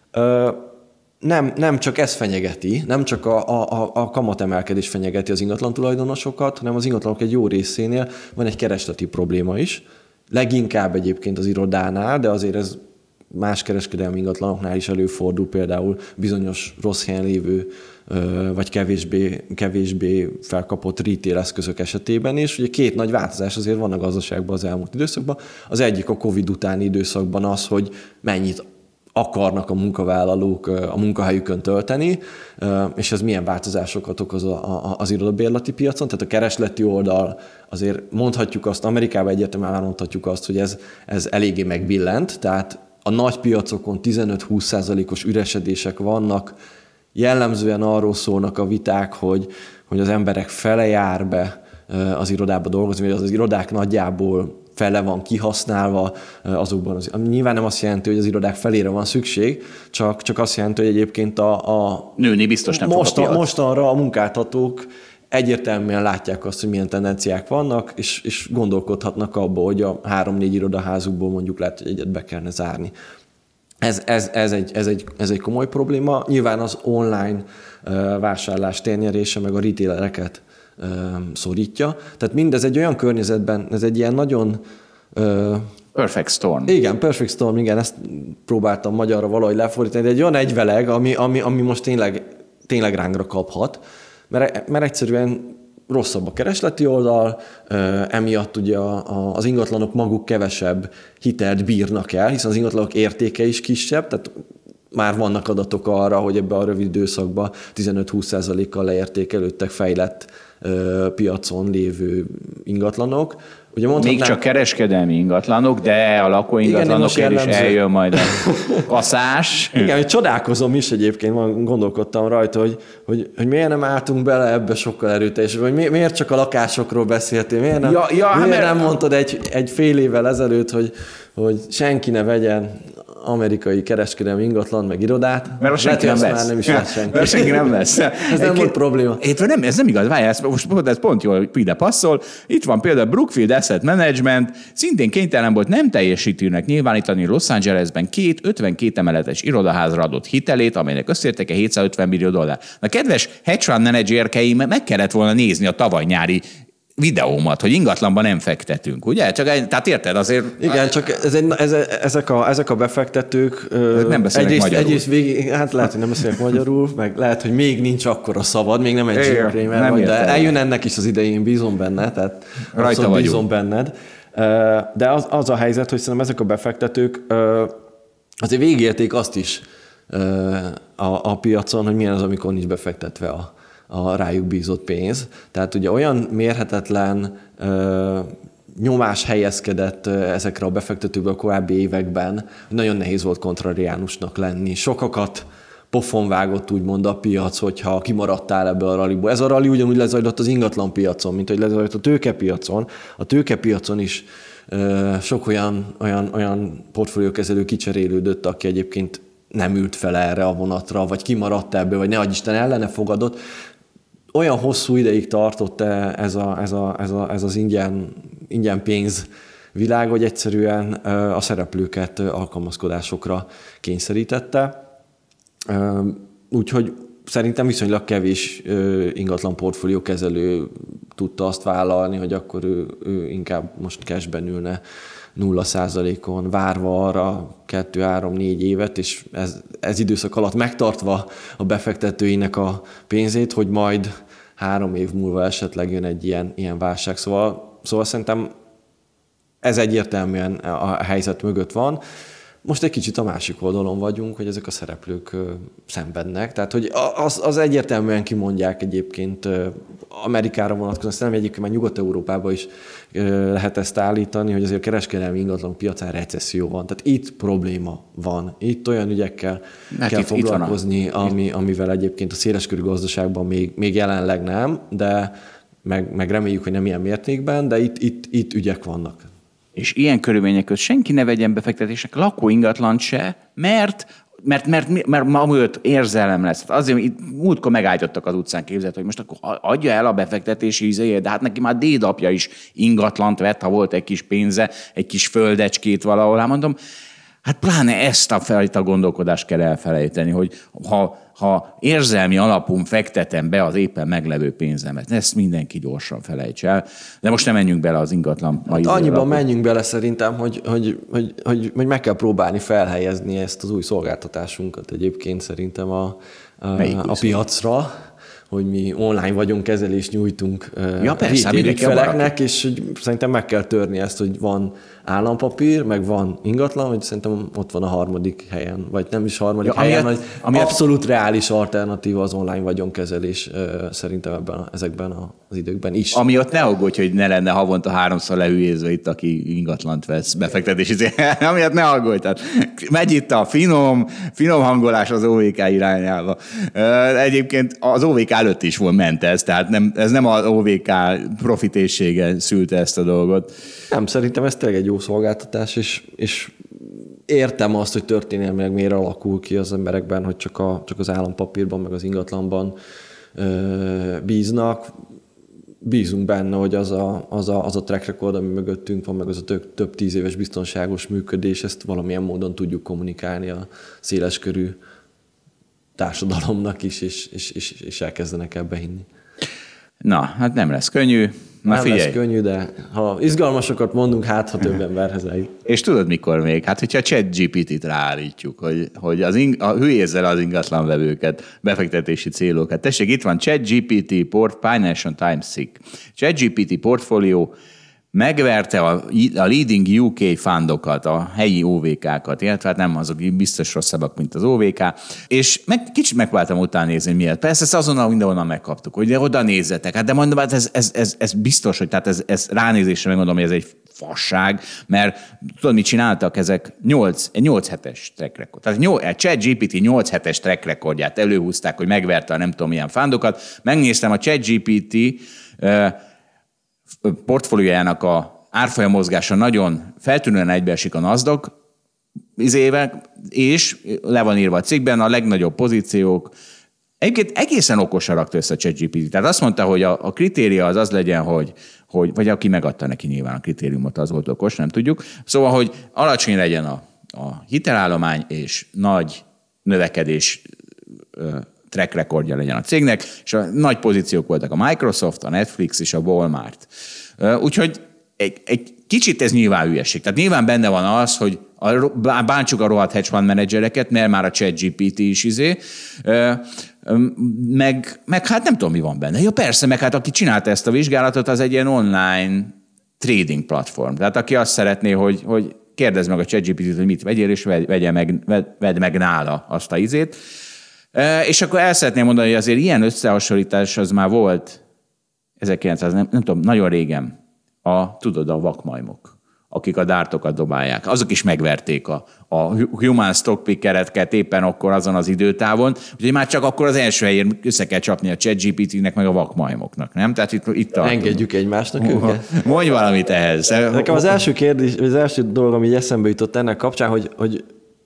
Speaker 3: nem csak ez fenyegeti, nem csak a kamatemelkedés fenyegeti az ingatlan tulajdonosokat, hanem az ingatlanok egy jó részénél van egy keresleti probléma is. Leginkább egyébként az irodánál, de azért ez más kereskedelmi ingatlanoknál is előfordul, például bizonyos rossz helyen lévő vagy kevésbé felkapott retail eszközök esetében, és ugye két nagy változás azért van a gazdaságban az elmúlt időszakban. Az egyik a Covid utáni időszakban az, hogy mennyit akarnak a munkavállalók a munkahelyükön tölteni, és ez milyen változásokat okoz az irodabérleti piacon. Tehát a keresleti oldal azért mondhatjuk azt, Amerikában egyértelműen mondhatjuk azt, hogy ez eléggé megbillent, tehát a nagy piacokon 15-20%-os üresedések vannak, jellemzően arról szólnak a viták, hogy az emberek fele jár be az irodába dolgozni, vagy az irodák nagyjából fele van kihasználva azokban. Nyilván nem azt jelenti, hogy az irodák felére van szükség, csak azt jelenti, hogy egyébként
Speaker 2: nőni biztos nem
Speaker 3: mostanra a munkáltatók egyértelműen látják azt, hogy milyen tendenciák vannak, és gondolkodhatnak abba, hogy a 3-4 irodaházukból mondjuk lehet, hogy egyet be kellene zárni. Ez egy komoly probléma. Nyilván az online vásárlás térnyerése meg a retailereket szorítja. Tehát mindez egy olyan környezetben, ez egy ilyen nagyon...
Speaker 2: Perfect storm.
Speaker 3: Igen, perfect storm, igen, ezt próbáltam magyarra valahogy lefordítani, de egy olyan egyveleg, ami most tényleg rángra kaphat, mert egyszerűen rosszabb a keresleti oldal, emiatt ugye az ingatlanok maguk kevesebb hitelt bírnak el, hiszen az ingatlanok értéke is kisebb, tehát már vannak adatok arra, hogy ebben a rövid időszakban 15-20%-kal leértékelődtek fejlett piacon lévő ingatlanok. Ugye
Speaker 2: még csak kereskedelmi ingatlanok, de a lakóingatlanokért is eljön majd a kaszás.
Speaker 3: Igen, hogy csodálkozom is egyébként, gondolkodtam rajta, hogy miért nem álltunk bele ebbe sokkal erőteljesebb, vagy miért csak a lakásokról beszéltél, miért nem mondtad egy fél évvel ezelőtt, hogy senki ne vegyen amerikai kereskedelmi ingatlan, meg irodát.
Speaker 2: Mert senki nem lesz.
Speaker 3: Már nem is lesz senki.
Speaker 2: Mert senki nem lesz.
Speaker 3: Ez nem volt probléma.
Speaker 2: Ez nem igaz, várjál, ez pont jól ide passzol. Itt van például Brookfield Asset Management, szintén kénytelen volt nem teljesítőnek nyilvánítani Los Angelesben 52 emeletes irodaházra adott hitelét, amelynek összértéke $750 millió. Na kedves hedge fund menedzserkeim, meg kellett volna nézni a tavaly nyári videómat, hogy ingatlanban nem fektetünk, ugye? Tehát érted azért...
Speaker 3: Igen, csak ezek a befektetők
Speaker 2: nem beszélnek magyarul.
Speaker 3: Hát lehet, hogy nem beszélnek magyarul, meg lehet, hogy még nincs akkora szavad, még nem egy Jim Cramer vagy, de eljön ennek is az idején, bízom benne, tehát
Speaker 2: rajta
Speaker 3: bízom benned. De az a helyzet, hogy szerintem ezek a befektetők azért végigérték azt is a piacon, hogy milyen az, amikor nincs befektetve a rájuk bízott pénz. Tehát ugye olyan mérhetetlen nyomás helyezkedett ezekre a befektetőkbe a korábbi években, hogy nagyon nehéz volt kontrariánusnak lenni. Sokakat pofon vágott úgymond a piac, hogyha kimaradtál ebből a ralliból. Ez a rally ugyanúgy lezajlott az ingatlan piacon, mint hogy lezajlott a tőkepiacon. A tőkepiacon is sok olyan portfóliókezelő kicserélődött, aki egyébként nem ült fel erre a vonatra, vagy kimaradt ebből, vagy ne adj Isten ellene fogadott. Olyan hosszú ideig tartott ez az ingyen pénz világ, hogy egyszerűen a szereplőket alkalmazkodásokra kényszerítette. Úgyhogy szerintem viszonylag kevés ingatlan portfólió kezelő tudta azt vállalni, hogy akkor ő inkább most cashben ülne 0%-on, várva arra 2-3-4 évet, és ez időszak alatt megtartva a befektetőinek a pénzét, hogy majd 3 év múlva esetleg jön egy ilyen válság. Szóval szerintem ez egyértelműen a helyzet mögött van. Most egy kicsit a másik oldalon vagyunk, hogy ezek a szereplők szenvednek. Tehát, hogy az egyértelműen kimondják egyébként Amerikára vonatkozóan, aztán egyébként már Nyugat-Európában is lehet ezt állítani, hogy azért a kereskedelmi ingatlan piacán recesszió van. Tehát itt probléma van. Itt olyan ügyekkel kell foglalkozni, amivel egyébként a széleskörű gazdaságban még jelenleg nem, de meg reméljük, hogy nem ilyen mértékben, de itt ügyek vannak.
Speaker 2: És ilyen körülmények között senki ne vegyen befektetésnek lakóingatlant se, mert ma mögött érzelem lesz. Azért itt múltkor megállítottak az utcán, képzelt, hogy most akkor adja el a befektetési izéjét, de hát neki már dédapja is ingatlant vett, ha volt egy kis pénze, egy kis földecskét valahol. Hát mondom, hát pláne ezt a fajta gondolkodást kell elfelejteni, hogy ha érzelmi alapon fektetem be az éppen meglevő pénzemet, ezt mindenki gyorsan felejts el. De most nem menjünk bele az ingatlan.
Speaker 3: Hát annyiban menjünk bele szerintem, hogy meg kell próbálni felhelyezni ezt az új szolgáltatásunkat egyébként szerintem a piacra, hogy mi online vagyonkezelést nyújtunk ügyfeleknek, és hogy szerintem meg kell törni ezt, hogy van állampapír, meg van ingatlan, hogy szerintem ott van a harmadik helyen, vagy nem is harmadik helyen, vagy abszolút reális alternatíva az online vagyonkezelés szerintem ezekben az időkben is.
Speaker 2: Ami ott ne aggódj, hogy ne lenne havonta 3-szor lehülyézve itt, aki ingatlant vesz befektetési amiatt ne aggódj. Tehát megy itt a finom hangolás az OVK irányába. Egyébként az OVK előtt is ment ez, tehát ez nem az OVK profitészsége szülte ezt a dolgot.
Speaker 3: Nem, szerintem ez tényleg egy jó szolgáltatás, és értem azt, hogy történelmileg miért alakul ki az emberekben, hogy csak az állampapírban, meg az ingatlanban bíznak. Bízunk benne, hogy az a track record, ami mögöttünk van, meg az a több 10 éves biztonságos működés, ezt valamilyen módon tudjuk kommunikálni a széleskörű társadalomnak is, és elkezdenek ebbe hinni.
Speaker 2: Na, hát nem lesz könnyű.
Speaker 3: Lesz könnyű, de ha izgalmasokat mondunk, ha több emberhez eljut.
Speaker 2: És tudod mikor még? Hát, hogyha a ChatGPT-t ráállítjuk, hogy hülyézzel az ingatlanvevőket, befektetési célokat. Tessék, itt van ChatGPT Financial Times Sick. ChatGPT portfólió megverte a leading UK fundokat, a helyi OVK-kat, illetve hát nem azok biztos rosszabbak, mint az OVK, és kicsit megpróbáltam utána nézni, hogy miért. Persze ezt azonnal mindenhonnan megkaptuk, hogy de oda nézzetek. Hát de mondom, hát ez biztos, hogy tehát ez ránézésre megmondom, hogy ez egy fasság, mert tudod, mit csináltak ezek? Egy 8 hetes track record. Tehát a ChatGPT 8 hetes track recordját előhúzták, hogy megverte a nem tudom milyen fundokat. Megnéztem a ChatGPT portfóliójának a árfolyam mozgása nagyon feltűnően egybeesik a NASDAQ izével, és le van írva a cikkben a legnagyobb pozíciók. Egyébként egészen okosan rakta össze a ChatGPT. Tehát azt mondta, hogy a kritéria az legyen, hogy vagy aki megadta neki nyilván a kritériumot, az volt okos, nem tudjuk. Szóval, hogy alacsony legyen a hitelállomány, és nagy növekedés track recordja legyen a cégnek, és a nagy pozíciók voltak a Microsoft, a Netflix és a Walmart. Úgyhogy egy kicsit ez nyilván hülyeség. Tehát nyilván benne van az, hogy bántsuk a rohadt hedge fund menedzsereket, mert már a ChatGPT is meg hát nem tudom, mi van benne. Ja persze, meg hát aki csinálta ezt a vizsgálatot, az egy ilyen online trading platform. Tehát aki azt szeretné, hogy kérdezd meg a ChatGPT-t, hogy mit vegyél, és vedd meg nála azt a izét. És akkor el szeretném mondani, hogy azért ilyen összehasonlítás az már volt 1900, nem tudom, nagyon régen, tudod, a vakmajmok, akik a dártokat dobálják. Azok is megverték a human stock pickereket éppen akkor azon az időtávon, úgyhogy már csak akkor az első helyén össze kell csapni a ChatGPT-nek, meg a vakmajmoknak, nem? Tehát itt tartunk.
Speaker 3: Engedjük egymásnak őket.
Speaker 2: Mondj valamit ehhez.
Speaker 3: Nekem az első kérdés, az első dolog, ami eszembe jutott ennek kapcsán, hogy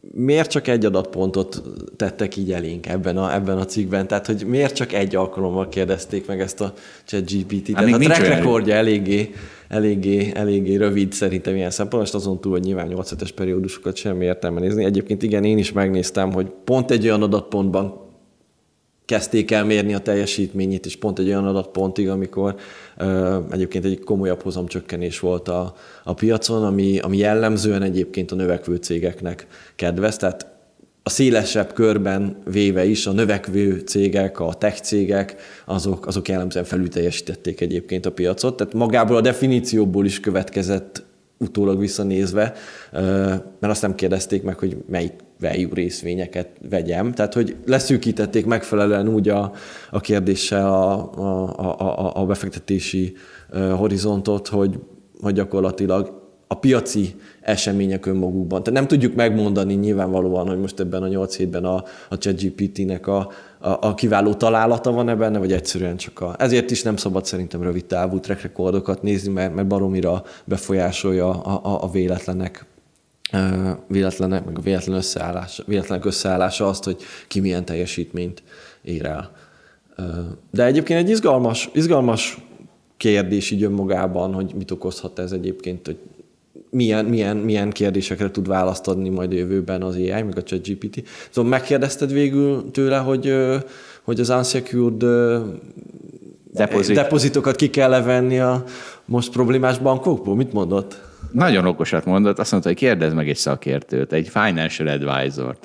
Speaker 3: miért csak egy adatpontot tettek így elénk ebben a cikkben? Tehát, hogy miért csak egy alkalommal kérdezték meg ezt a ChatGPT-t? Tehát a track recordja eléggé rövid szerintem ilyen szempontból, és azon túl, hogy nyilván 8-7-es periódusokat semmi értelme nézni. Egyébként igen, én is megnéztem, hogy pont egy olyan adatpontban kezdték el mérni a teljesítményét, és pont egy olyan adatpontig, amikor egyébként egy komolyabb hozamcsökkenés volt a piacon, ami jellemzően egyébként a növekvő cégeknek kedvez. Tehát a szélesebb körben véve is a növekvő cégek, a tech cégek, azok jellemzően felülteljesítették egyébként a piacot. Tehát magából a definícióból is következett utólag visszanézve, mert azt nem kérdezték meg, hogy melyik value részvényeket vegyem. Tehát, hogy leszűkítették megfelelően úgy a kérdéssel a befektetési horizontot, hogy gyakorlatilag a piaci események önmagukban. Tehát nem tudjuk megmondani nyilvánvalóan, hogy most ebben a 8 hétben a ChatGPT-nek a kiváló találata van-e benne, vagy egyszerűen csak ezért is nem szabad szerintem rövid távú track recordokat nézni, mert baromira befolyásolja a véletlenek, meg a véletlenek összeállása azt, hogy ki milyen teljesítményt ér el. De egyébként egy izgalmas kérdés így önmagában, hogy mit okozhat ez egyébként, hogy milyen kérdésekre tud választ adni majd a jövőben az AI, meg a ChatGPT. Szóval megkérdezted végül tőle, hogy az unsecured depozitokat ki kell levenni a most problémás bankokból? Mit mondott?
Speaker 2: Nagyon okosat mondott, azt mondta, hogy kérdezz meg egy szakértőt, egy financial advisort.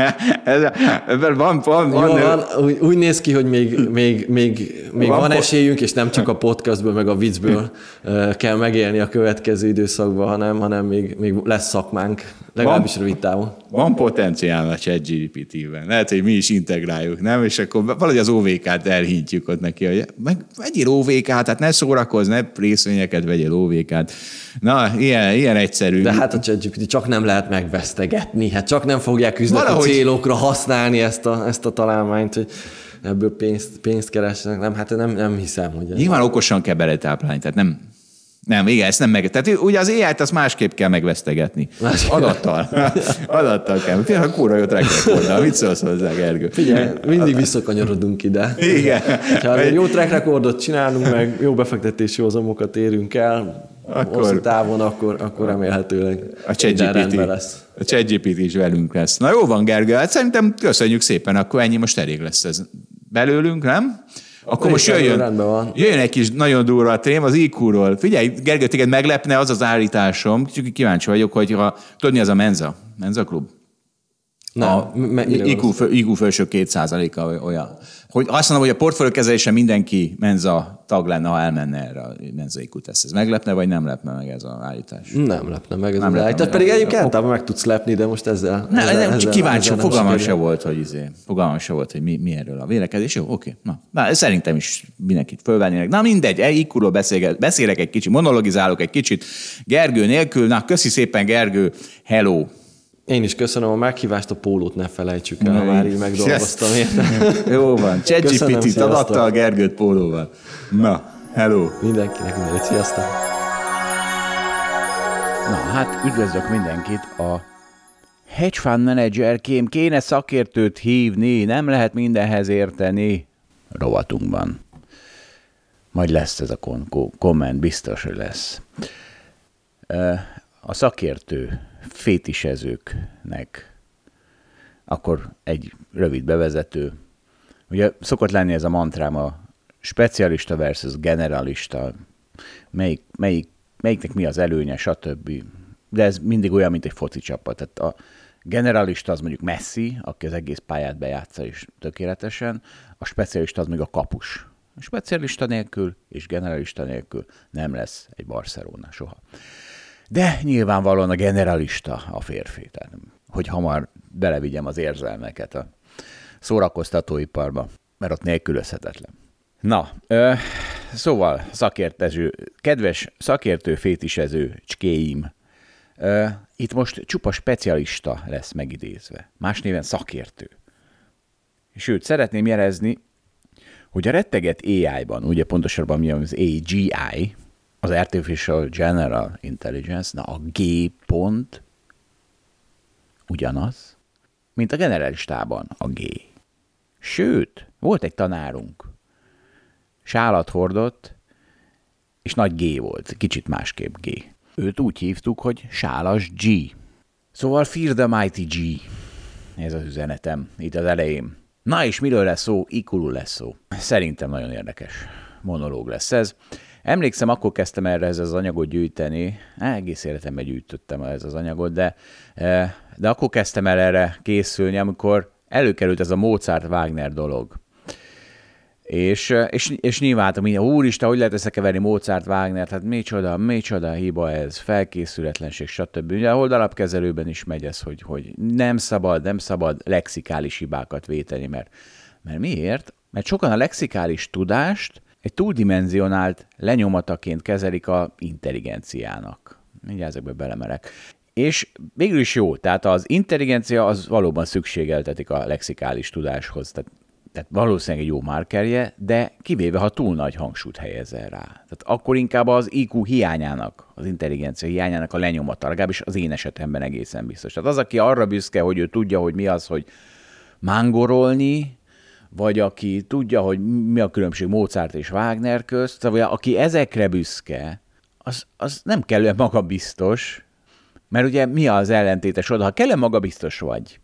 Speaker 3: van, úgy néz ki, hogy még van esélyünk, és nem csak a podcastből, meg a viccből kell megélni a következő időszakban, hanem még lesz szakmánk, legalábbis rövid távon.
Speaker 2: Van potenciál a ChatGPT-ben. Lehet, hogy mi is integráljuk, nem? És akkor valahogy az OVK-t elhintjük ott neki, hogy vegyél OVK-t, tehát ne szórakozz, ne részvényeket vegyél OVK-t. Na, ilyen egyszerű.
Speaker 3: De hát a ChatGPT csak nem lehet megvesztegetni, hát csak nem fogják üzleti célokra használni ezt a találmányt, hogy ebből pénzt keresnek. Nem hiszem, hogy...
Speaker 2: Nyilván okosan kell beletáplálni, tehát nem, igen, ezt nem meg... Tehát ugye az AI-t azt másképp kell megvesztegetni. Adattal kell. Például kurva jó track recorddal. Mit szólsz hozzá, Gergő?
Speaker 3: Figyelj, mindig visszakanyarodunk ide.
Speaker 2: Igen.
Speaker 3: Ha egy jó track recordot csinálunk, meg jó befektetési hozamokat érünk el, hosszú távon, akkor remélhetőleg minden rendben lesz.
Speaker 2: A ChatGPT is velünk lesz. Na jó van, Gergő, hát szerintem köszönjük szépen, akkor ennyi most elég lesz ez belőlünk, nem? Akkor most jöjjön egy kis nagyon durva a tém az IQ-ról. Figyelj, Gergő, téged meglepne az állításom, csak kíváncsi vagyok, hogy tudod, mi az a Menza klub? IQ felső 2%-a olyan. Hogy azt mondom, hogy a portfóliókezelésen mindenki Menza tag lenne, ha elmenne erre a Menza IQ teszt. Ez meglepne, vagy nem lepne meg ez az állítás?
Speaker 3: Nem lepne meg ez az állítás. Pedig egyébként általában meg tudsz lepni, de most ezzel...
Speaker 2: Csak kíváncsi, fogalmam se volt, hogy mi erről a vélekedés. Jó, oké. Na, szerintem is mindenkit fölvennének. Na mindegy, IQ-ról beszélek egy kicsit, monologizálok egy kicsit Gergő nélkül. Na, köszi szépen, Gergő. Hello!
Speaker 3: Én is köszönöm a meghívást, a pólót ne felejtsük el, ha már így megdolgoztam.
Speaker 2: Jó van, ChatGPT-t adatta a Gergőt pólóval. Na, hello!
Speaker 3: Mindenkinek mindenit, sziasztok!
Speaker 4: Na, hát üdvözlök mindenkit a hedge fund managerként kéne szakértőt hívni, nem lehet mindenhez érteni rovatunkban. Majd lesz ez a komment, biztos, hogy lesz. A szakértő fétisezőknek akkor egy rövid bevezető. Ugye szokott lenni ez a mantrám, a specialista versus generalista, melyiknek mi az előnye, stb. De ez mindig olyan, mint egy foci csapat. Tehát a generalista az mondjuk Messi, aki az egész pályát bejátsza is tökéletesen, a specialista az még a kapus. A specialista nélkül és generalista nélkül nem lesz egy Barcelona soha. De nyilvánvalóan a generalista a férfi, tehát hogy hamar belevigyem az érzelmeket a szórakoztatóiparba, mert ott nélkülözhetetlen. Na, szóval kedves szakértő fétisező cskéim, itt most csupa specialista lesz megidézve, más néven szakértő. Sőt, szeretném jelezni, hogy a retteget AI-ban, ugye pontosabban mi az AGI, az Artificial General Intelligence, na a G pont, ugyanaz, mint a generalistában a G. Sőt, volt egy tanárunk, sálat hordott, és nagy G volt, kicsit másképp G. Őt úgy hívtuk, hogy Sálas G. Szóval Fear the Mighty G. Ez az üzenetem itt az elején. Na és miről lesz szó? IQ-ról lesz szó. Szerintem nagyon érdekes monológ lesz ez. Emlékszem, akkor kezdtem erre ez az anyagot gyűjteni. Egész életemben gyűjtöttem ez az anyagot, de akkor kezdtem el erre készülni, amikor előkerült ez a Mozart-Wagner dolog. És nyilván, úristen, hogy lehet összekeverni Mozart-Wagnert, hát micsoda hiba ez, felkészületlenség, stb. Ugye a oldalapkezelőben is megy ez, hogy nem szabad lexikális hibákat véteni, mert miért? Mert sokan a lexikális tudást egy túldimenzionált lenyomataként kezelik a intelligenciának. Mindjárt ezekbe belemerek. És végül is jó, tehát az intelligencia az valóban szükségeltetik a lexikális tudáshoz, tehát valószínűleg egy jó markerje, de kivéve, ha túl nagy hangsúlyt helyezel rá. Tehát akkor inkább az IQ hiányának, az intelligencia hiányának a lenyomata, legalábbis az én esetemben egészen biztos. Tehát az, aki arra büszke, hogy ő tudja, hogy mi az, hogy mángorolni, vagy aki tudja, hogy mi a különbség Mozart és Wagner közt, vagy aki ezekre büszke, az nem kellően magabiztos, mert ugye mi az ellentétes oda? Ha kellően magabiztos vagy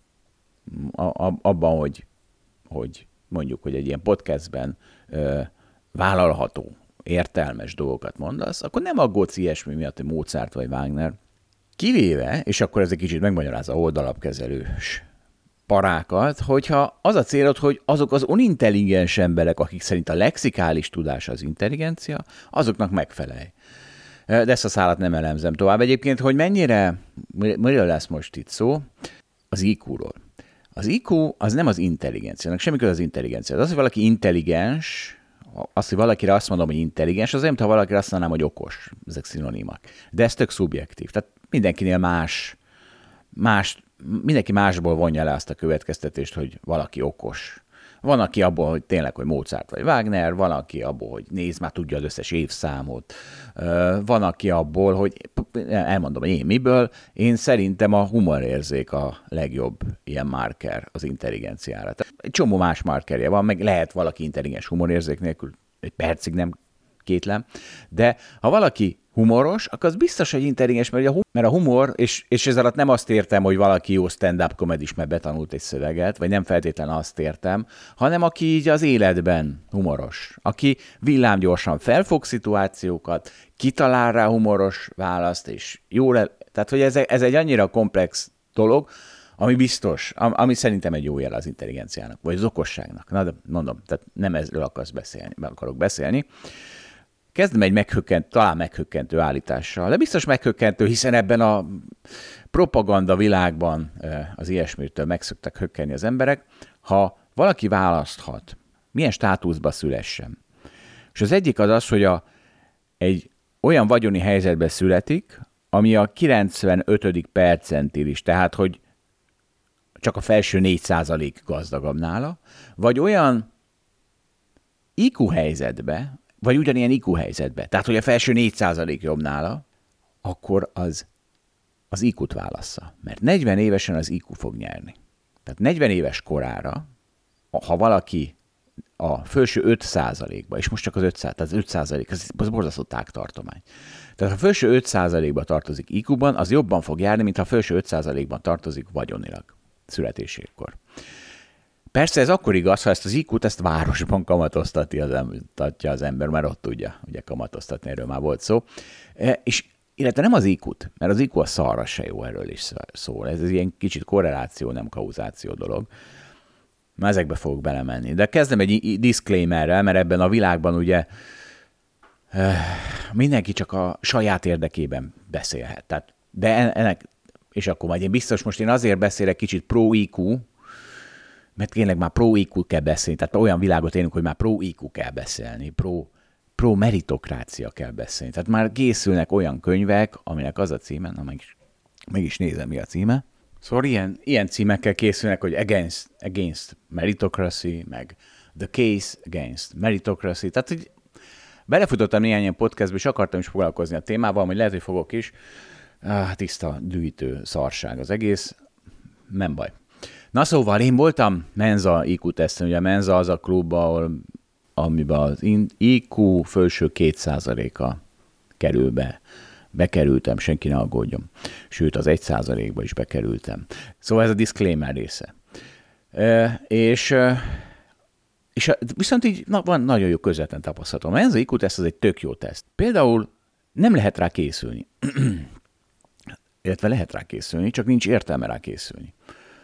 Speaker 4: abban, hogy mondjuk, hogy egy ilyen podcastben vállalható, értelmes dolgokat mondasz, akkor nem aggódsz ilyesmi miatt, hogy Mozart vagy Wagner. Kivéve, és akkor ez egy kicsit megmagyarázza oldalapkezelős parákat, hogyha az a célod, hogy azok az unintelligens emberek, akik szerint a lexikális tudás az intelligencia, azoknak megfelelj. De ezt a szálat nem elemzem tovább. Egyébként, hogy miről lesz most itt szó? Az IQ-ról. Az IQ az nem az intelligenciának, semmi köze az intelligencia. Az, hogy valaki intelligens, az, hogy valakire azt mondom, hogy intelligens, az olyan, mintha valakire azt mondanám, hogy okos. Ezek szinonimak. De ez tök szubjektív. Tehát mindenkinél mindenki másból vonja le azt a következtetést, hogy valaki okos. Van, aki abból, hogy tényleg, hogy Mozart vagy Wagner, van, aki abból, hogy nézd, már tudja az összes évszámot. Van, aki abból, hogy elmondom, hogy én miből, én szerintem a humorérzék a legjobb ilyen marker az intelligenciára. Tehát egy csomó más markerje van, meg lehet valaki intelligens humorérzék nélkül, egy percig nem kétlem, de ha valaki humoros, akkor az biztos, hogy intelligens, mert a humor, és ez alatt nem azt értem, hogy valaki jó stand-up comedis, mert betanult egy szöveget, vagy nem feltétlenül azt értem, hanem aki így az életben humoros, aki villámgyorsan felfog szituációkat, kitalál rá humoros választ, és tehát, hogy ez egy annyira komplex dolog, ami biztos, ami szerintem egy jó jel az intelligenciának, vagy az okosságnak. Na, de mondom, tehát nem ezről akarok beszélni. Kezdem egy talán meghökkentő állítással, de biztos meghökkentő, hiszen ebben a propaganda világban az ilyesmitől meg szoktak hökkenni az emberek. Ha valaki választhat, milyen státuszba szülessen. És az egyik az, hogy egy olyan vagyoni helyzetbe születik, ami a 95. percentilis, tehát hogy csak a felső 4% gazdagabb nála, vagy olyan IQ helyzetbe, vagy ugyanilyen IQ helyzetbe, tehát hogy a felső 4% jobb nála, akkor az IQ-t válassza. Mert 40 évesen az IQ fog nyerni. Tehát 40 éves korára, ha valaki a felső 5%-ba, és most csak az 5%, az borzasztó tágtartomány. Tehát ha a felső 5%-ba tartozik IQ-ban, az jobban fog járni, mint ha a felső 5%-ban tartozik vagyonilag születésékor. Persze ez akkor igaz, ha ezt az IQ-t ezt városban kamatoztatja az ember, mert ott tudja ugye kamatoztatni, erről már volt szó. Illetve nem az IQ-t, mert az IQ a szarra se jó, erről is szól. Ez ilyen kicsit korreláció, nem kauzáció dolog. Már ezekbe fogok belemenni. De kezdem egy disclaimerrel, mert ebben a világban ugye mindenki csak a saját érdekében beszélhet. Tehát, de ennek, és akkor majd én azért beszélek kicsit pro-IQ, mert tényleg már pro-IQ kell beszélni, tehát olyan világot élünk, hogy már pro-IQ kell beszélni, pro-meritokrácia kell beszélni. Tehát már készülnek olyan könyvek, aminek az a címe, meg is nézem, mi a címe. Szóval ilyen címekkel készülnek, hogy against meritocracy, meg the case against meritocracy. Tehát, hogy belefutottam néhány ilyen podcastba, és akartam is foglalkozni a témával, hogy lehet, hogy fogok is. Tiszta, dühítő szarság az egész. nem baj. Na szóval én voltam Menza IQ-teszten, ugye a Menza az a klub, amiben az IQ felső 2%-a kerül be. Bekerültem, senki ne aggódjon. Sőt, az 1%-ba is bekerültem. Szóval ez a disclaimer része. És viszont így van nagyon jó közvetlen tapasztalatom. Ez az IQ-teszt az egy tök jó teszt. Például nem lehet rá készülni. Illetve lehet rá készülni, csak nincs értelme rá készülni.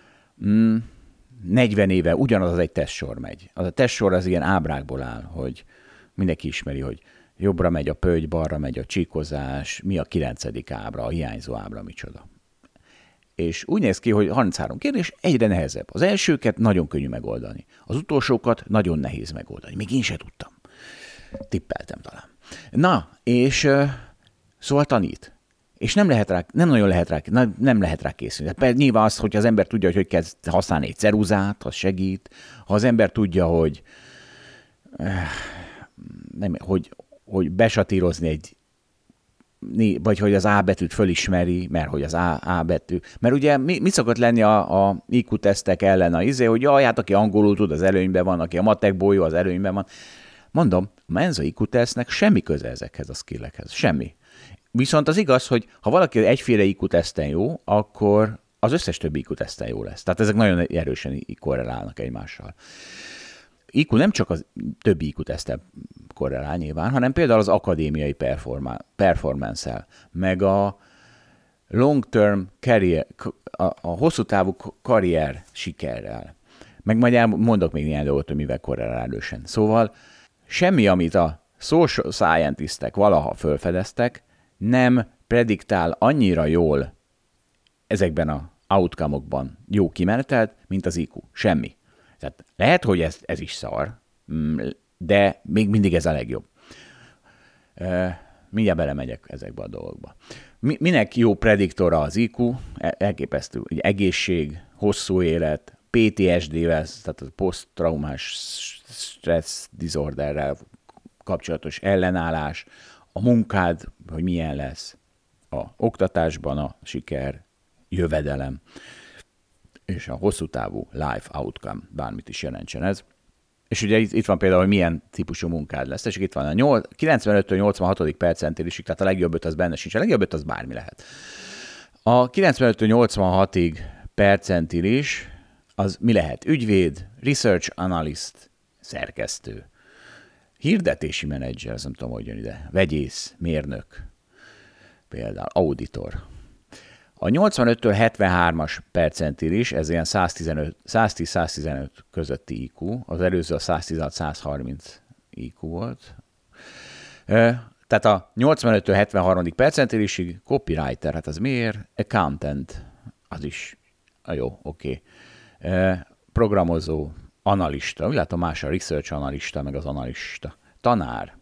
Speaker 4: 40 éve ugyanaz az egy testsor megy. Az a testsor az ilyen ábrákból áll, hogy mindenki ismeri, hogy jobbra megy a pötty, balra megy a csíkozás, mi a 9. ábra, a hiányzó ábra, micsoda. És úgy néz ki, hogy 33 kérdés egyre nehezebb. Az elsőket nagyon könnyű megoldani. Az utolsókat nagyon nehéz megoldani. Még én se tudtam. Tippeltem talán. Na, és szóval tanít. És nem nagyon lehet rá készülni. Tehát nyilván az, hogy az ember tudja, hogy kezd használni egy ceruzát, az segít. Ha az ember tudja, hogy besatírozni vagy hogy az A betűt fölismeri, mert hogy az A betű. Mert ugye mi szokott lenni a IQ-tesztek ellen hogy jaj, hát aki angolul tud, az előnyben van, aki a matek bolyó, az előnyben van. Mondom, a Menza IQ-tesztnek semmi köze ezekhez a skillekhez. Semmi. Viszont az igaz, hogy ha valaki egyféle IQ-teszten jó, akkor az összes többi IQ-teszten jó lesz. Tehát ezek nagyon erősen korrelálnak egymással. IQ nem csak az többi IQ-tesztel korrelál nyilván, hanem például az akadémiai performance-el, meg a long-term career, a hosszú távú karrier sikerrel. Meg majd mondok még néhány dolgot, hogy mivel korrelál erősen. Szóval semmi, amit a social scientistek valaha felfedeztek, nem prediktál annyira jól ezekben az outcome-okban jó kimenetelt, mint az IQ. Semmi. Tehát lehet, hogy ez is szar, de még mindig ez a legjobb. Mindjárt belemegyek ezekbe a dolgokba. Minek jó prediktora az IQ? Elképesztő. Egészség, hosszú élet, PTSD-vel, tehát a poszttraumás stressz disorderrel kapcsolatos ellenállás, a munkád, hogy milyen lesz, a oktatásban a siker, jövedelem, és a hosszú távú life outcome, bármit is jelentsen ez. És ugye itt van például, hogy milyen típusú munkád lesz. És itt van a 95-től 86. percentélisig, tehát a legjobb 5 az benne sincs, a legjobb 5 az bármi lehet. A 95-től 86. percentilis az mi lehet? Ügyvéd, research analyst, szerkesztő, hirdetési menedzser, nem tudom, hogy jön ide, vegyész, mérnök, például auditor. A 85-től 73-as percentilis, ez ilyen 110-115 közötti IQ, az előző a 116-130 IQ volt. Tehát a 85-től 73. percentilisig copywriter, hát az miért? Accountant, az is jó, oké. Programozó, analista, úgy látom más a research analista, meg az analista. Tanár.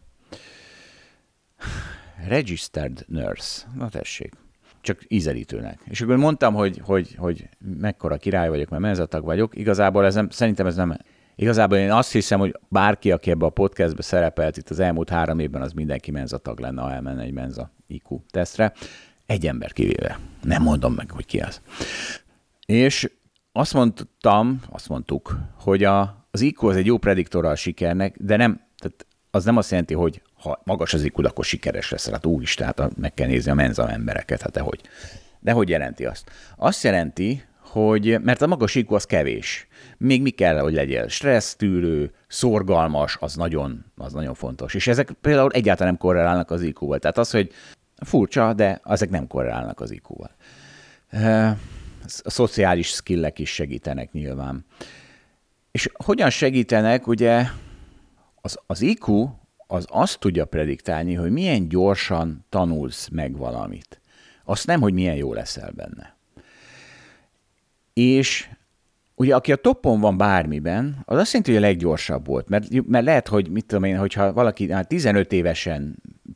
Speaker 4: Registered nurse, na tessék. Csak ízelítőnek. És akkor mondtam, hogy mekkora király vagyok, mert menzatag vagyok. Igazából szerintem ez nem... Igazából én azt hiszem, hogy bárki, aki ebbe a podcastbe szerepelt itt az elmúlt 3 évben, az mindenki menzatag lenne, ha elmenne egy menza IQ tesztre. Egy ember kivéve. Nem mondom meg, hogy ki az. És azt mondtuk, hogy az IQ az egy jó prediktora a sikernek, de nem, tehát az nem azt jelenti, hogy ha magas az IQ, akkor sikeres leszel. Hát úristen, hát meg kell nézni a menza embereket, hát dehogy. De hogy jelenti azt? Azt jelenti, hogy, mert a magas IQ az kevés. Még mi kell, hogy legyél? Stressztűrő, szorgalmas, az nagyon fontos. És ezek például egyáltalán nem korrelálnak az IQ-val. Tehát az, hogy furcsa, de ezek nem korrelálnak az IQ-val. A szociális skillek is segítenek nyilván. És hogyan segítenek, ugye az IQ az azt tudja prediktálni, hogy milyen gyorsan tanulsz meg valamit. Azt nem, hogy milyen jó leszel benne. És ugye aki a toppon van bármiben, az azt jelenti, hogy a leggyorsabb volt. Mert lehet, hogy mit tudom én, hogyha valaki 15 évesen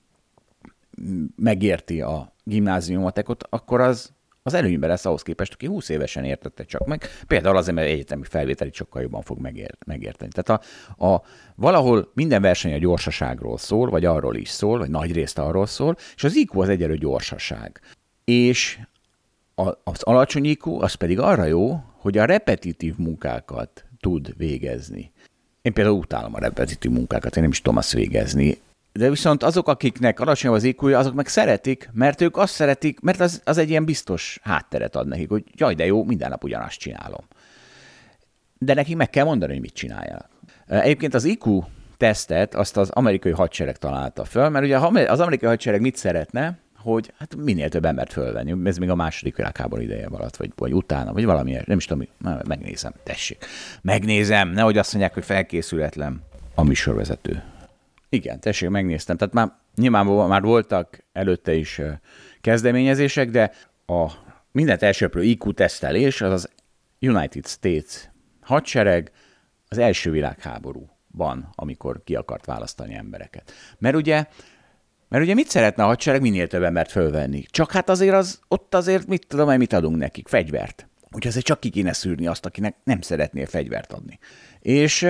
Speaker 4: megérti a gimnáziumatekot, akkor az előnyben lesz ahhoz képest, aki 20 évesen értette csak meg. Például azért, mert egyetemi felvételit sokkal jobban fog megérteni. Tehát valahol minden verseny a gyorsaságról szól, vagy arról is szól, vagy nagy részt arról szól, és az IQ az egyelő gyorsaság. És Az alacsony IQ az pedig arra jó, hogy a repetitív munkákat tud végezni. Én például utálom a repetitív munkákat, én nem is tudom azt végezni. De viszont azok, akiknek alacsonyabb az IQ-ja, azok meg szeretik, mert ők azt szeretik, mert az egy ilyen biztos hátteret ad nekik, hogy jaj, de jó, minden nap ugyanazt csinálom. De nekik meg kell mondani, hogy mit csináljanak. Egyébként az IQ tesztet azt az amerikai hadsereg találta föl, mert ugye az amerikai hadsereg mit szeretne, hogy hát minél több embert fölvenni. Ez még a második világháború ideje alatt, vagy utána, vagy valami, nem is tudom, megnézem, tessék. Megnézem, nehogy azt mondják, hogy felkészületlen a műsorvezető. Igen, tessék, megnéztem. Tehát már nyilvánvalóan már voltak előtte is kezdeményezések, de a mindent elsőprő IQ-tesztelés az az United States hadsereg az első világháborúban, amikor ki akart választani embereket. Mert ugye mit szeretne a hadsereg? Minél több embert fölvenni. Csak hát azért ott azért mit tudom, mit adunk nekik? Fegyvert. Úgyhogy azért csak ki kéne szűrni azt, akinek nem szeretnél fegyvert adni. És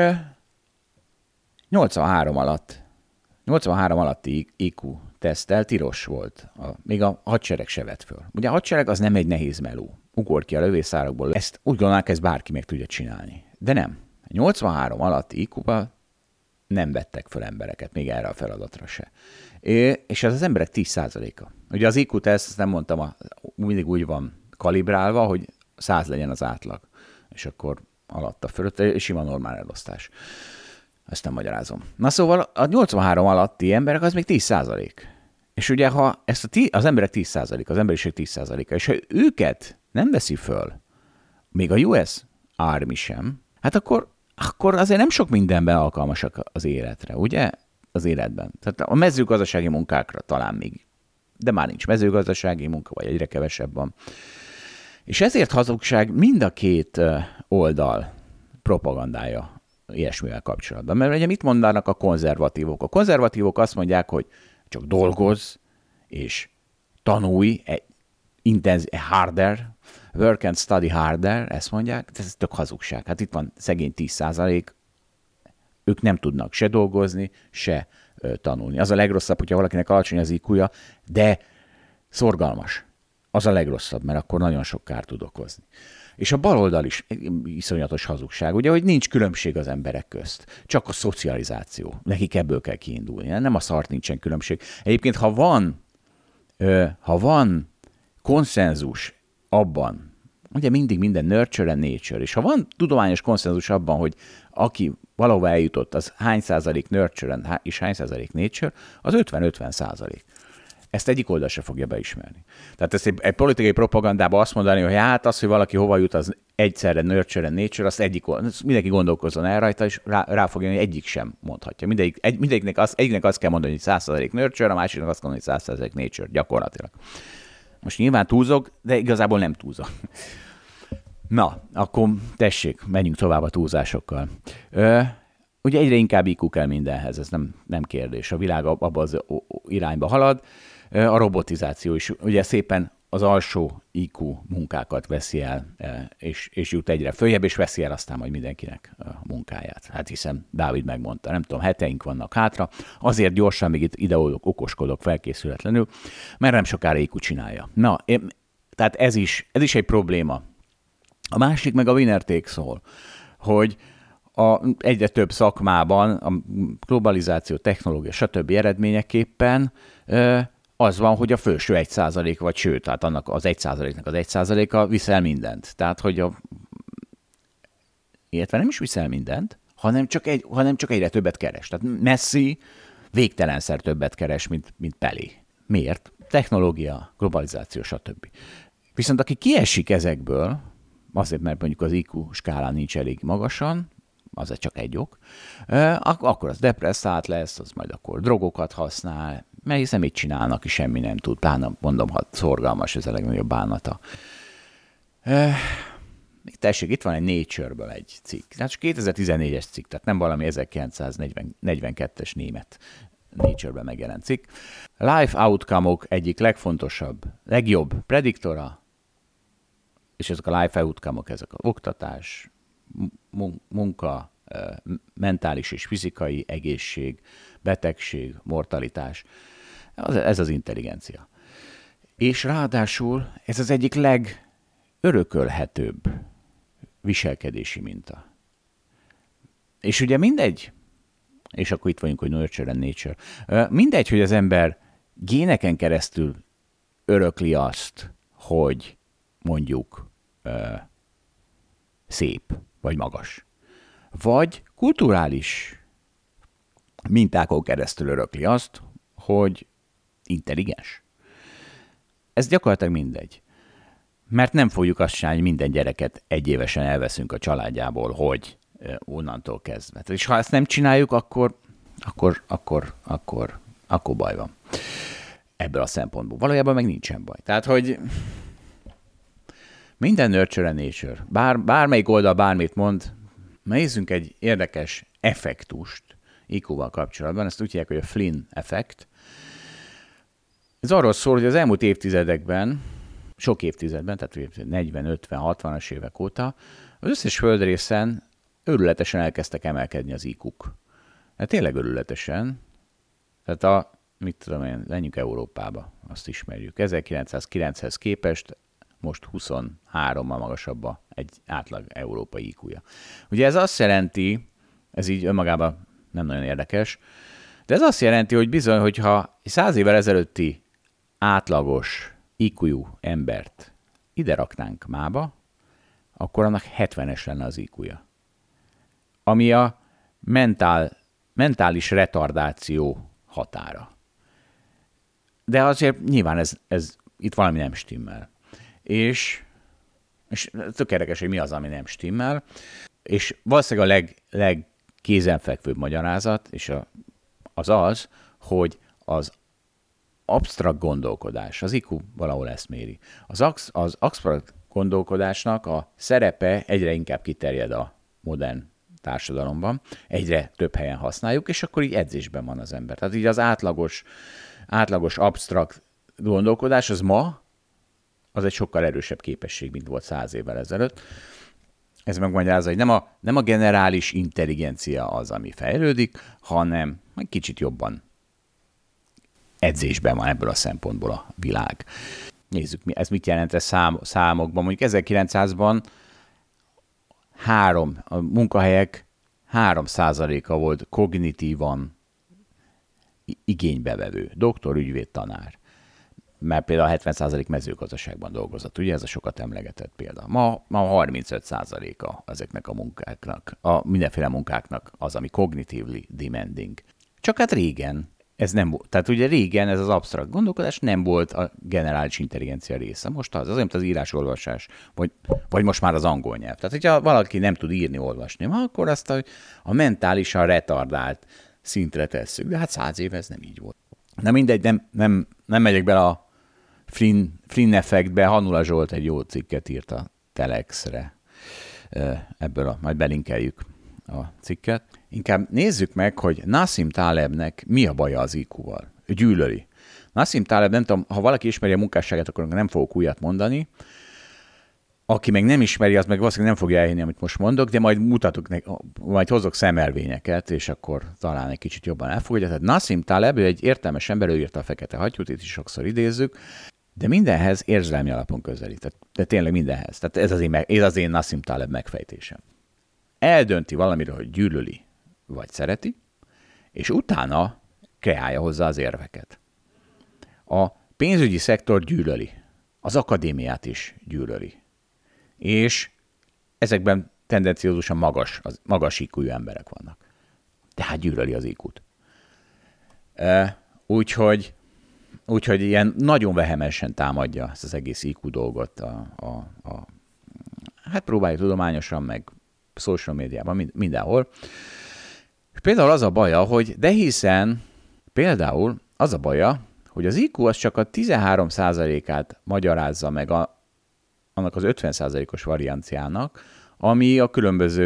Speaker 4: 83 alatti IQ tesztel tilos volt. Még a hadsereg se vett föl. Ugye a hadsereg az nem egy nehéz meló. Ugor ki a lövészárokból. Ezt úgy gondolnák, ezt bárki meg tudja csinálni. De nem. 83 alatti IQ-ba nem vettek föl embereket, még erre a feladatra se. És ez az emberek 10%-a. Ugye az IQ-teszt, ezt nem mondtam, mindig úgy van kalibrálva, hogy 100 legyen az átlag. És akkor alatta fölött, sima normál elosztás. Ezt nem magyarázom. Na szóval a 83 alatti emberek az még 10%. És ugye, ha ezt az emberek 10%, az emberiség 10%-a, és ha őket nem veszi föl, még a US Army sem, hát akkor azért nem sok mindenben alkalmasak az életre, ugye? Az életben. Tehát a mezőgazdasági munkákra talán még, de már nincs mezőgazdasági munka, vagy egyre kevesebb van. És ezért hazugság mind a két oldal propagandája ilyesmivel kapcsolatban. Mert ugye mit mondanak a konzervatívok? A konzervatívok azt mondják, hogy csak dolgozz, és tanulj, harder, work and study harder, ezt mondják, de ez tök hazugság. Hát itt van szegény 10%, ők nem tudnak se dolgozni, se tanulni. Az a legrosszabb, hogyha valakinek alacsony az IQ-ja, de szorgalmas. Az a legrosszabb, mert akkor nagyon sok kárt tud okozni. És a baloldal is iszonyatos hazugság, ugye, hogy nincs különbség az emberek közt, csak a szocializáció. Nekik ebből kell kiindulni. Nem a szart nincsen különbség. Egyébként, ha van konszenzus abban, ugye mindig minden nurture and nature, és ha van tudományos konszenzus abban, hogy aki valahova eljutott, az hány százalék nurture és hány százalék nature, az 50-50%. Ezt egyik oldal se fogja beismerni. Tehát ezt egy politikai propagandában azt mondani, hogy hát az, hogy valaki hova jut, az egyszerre nurture and nature, azt mindenki gondolkozzon el rajta, és rá fogja, hogy egyik sem mondhatja. Egyiknek azt kell mondani, hogy 100% nurture, a másiknak azt mondani, hogy 100% nature, gyakorlatilag. Most nyilván túlzok, de igazából nem túlzok. Na, akkor tessék, menjünk tovább a túlzásokkal. Ugye egyre inkább IQ kell mindenhez, ez nem kérdés. A világ abba az irányba halad. A robotizáció is ugye szépen az alsó IQ munkákat veszi el, és jut egyre följebb, és veszi el aztán majd mindenkinek a munkáját. Hát hiszen Dávid megmondta, nem tudom, heteink vannak hátra, azért gyorsan még itt ide okoskodok felkészületlenül, mert nem sokára IQ csinálja. Na, tehát ez is egy probléma. A másik meg a winner takes all, hogy egyre több szakmában a globalizáció, technológia, stb. Eredményeképpen az van, hogy a felső 1%, vagy sőt, tehát annak az 1%-nak az 1%-a viszel mindent. Tehát, hogy illetve nem is viszel mindent, hanem csak egyre többet keres. Tehát Messi végtelenszer többet keres, mint Pelé. Miért? Technológia, globalizáció, stb. Viszont aki kiesik ezekből, azért, mert mondjuk az IQ skálán nincs elég magasan, az csak egy ok, akkor az depresszált lesz, az majd akkor drogokat használ, mert hiszen mit csinálnak, aki semmi nem tud. Pláne mondom, ha szorgalmas, ez a legnagyobb bánata. Tessék, itt van egy Nature-ből egy cikk. Tehát 2014-es cikk, tehát nem valami 1942-es német Nature-ben megjelent cikk. Life outcome-ok egyik legfontosabb, legjobb prediktora, és ezek a life outcome-ok, ezek az oktatás, munka, mentális és fizikai egészség, betegség, mortalitás. Ez az intelligencia. És ráadásul ez az egyik legörökölhetőbb viselkedési minta. És ugye mindegy, és akkor itt vagyunk, hogy nurture and nature, mindegy, hogy az ember géneken keresztül örökli azt, hogy mondjuk szép, vagy magas. Vagy kulturális mintákon keresztül örökli azt, hogy intelligens. Ez gyakorlatilag mindegy. Mert nem fogjuk azt csinálni, hogy minden gyereket egyévesen elveszünk a családjából, hogy onnantól kezdve. És ha ezt nem csináljuk, akkor baj van. Ebből a szempontból. Valójában meg nincsen baj. Tehát, hogy minden nurture and nature, bármelyik oldal bármit mond, nézzünk egy érdekes effektust IQ-val kapcsolatban, ezt úgy hívják, hogy a Flynn effekt. Ez arról szól, hogy az elmúlt évtizedekben, sok évtizedben, tehát 40, 50, 60-as évek óta, az összes földrészen örületesen elkezdtek emelkedni az IQ-k. Hát tényleg örületesen. Tehát menjünk Európába, azt ismerjük. 1909-hez képest most 23-mal magasabb egy átlag európai IQ-ja. Ugye ez azt jelenti, ez így önmagában nem nagyon érdekes, de ez azt jelenti, hogy bizony, hogyha 100 évvel ezelőtti átlagos IQ-jú embert ide raknánk mába, akkor annak 70-es lenne az IQ-ja. Ami a mentális retardáció határa. De azért nyilván ez itt valami nem stimmel. És tök érdekes, hogy mi az, ami nem stimmel. És valószínűleg a legkézenfekvőbb magyarázat, és az, hogy az absztrakt gondolkodás, az IQ valahol ezt méri. Az absztrakt gondolkodásnak a szerepe egyre inkább kiterjed a modern társadalomban, egyre több helyen használjuk, és akkor így edzésben van az ember. Tehát így az átlagos absztrakt gondolkodás az ma, az egy sokkal erősebb képesség, mint volt 100 évvel ezelőtt. Ez megmagyarázza, hogy nem a generális intelligencia az, ami fejlődik, hanem egy kicsit jobban edzésben van ebből a szempontból a világ. Nézzük, ez mit jelent ez számokban. Mondjuk 1900-ban a munkahelyek 3%-a volt kognitívan igénybevevő. Doktor, ügyvéd, tanár. Mert például 70% mezőgazdaságban dolgozott. Ugye ez a sokat emlegetett példa. Ma 35%-a ezeknek a munkáknak, a mindenféle munkáknak az, ami cognitively demanding. Csak hát régen ez nem volt. Tehát ugye régen ez az absztrakt gondolkodás nem volt a generális intelligencia része. Most az mint az írás-olvasás, vagy most már az angol nyelv. Tehát, hogyha valaki nem tud írni, olvasni, akkor azt a mentálisan retardált szintre tesszük. De hát 100 éve ez nem így volt. Na mindegy, nem megyek bele a Flynn effektbe. Hanula Zsolt egy jó cikket írt a Telexre. Majd belinkeljük a cikket. Inkább nézzük meg, hogy Nassim Talebnek mi a baja az IQ-val. Ő gyűlöli. Nassim Taleb, nem tudom, ha valaki ismeri a munkásságát, akkor nem fogok újat mondani. Aki meg nem ismeri, az meg valószínűleg nem fogja elhinni, amit most mondok, de majd majd hozok szemelvényeket, és akkor talán egy kicsit jobban elfogadja. Tehát Nassim Taleb, ő egy értelmes ember, ő írta a Fekete hattyút, itt is sokszor idézzük, de mindenhez érzelmi alapon közelít. De tényleg mindenhez. Tehát ez az én Nassim Taleb megfejtésem. Eldönti valamiről, hogy gyűlöli, vagy szereti, és utána kreálja hozzá az érveket. A pénzügyi szektor gyűlöli, az akadémiát is gyűlöli, és ezekben tendenciózusan magas IQ-jú emberek vannak. Tehát gyűlöli az IQ-t. Úgyhogy ilyen nagyon vehemensen támadja ezt az egész IQ dolgot. Hát próbálja tudományosan, meg social médiában, mindenhol. És például az a baja, hogy az IQ az csak a 13%-át magyarázza meg annak az 50%-os varianciának, ami a különböző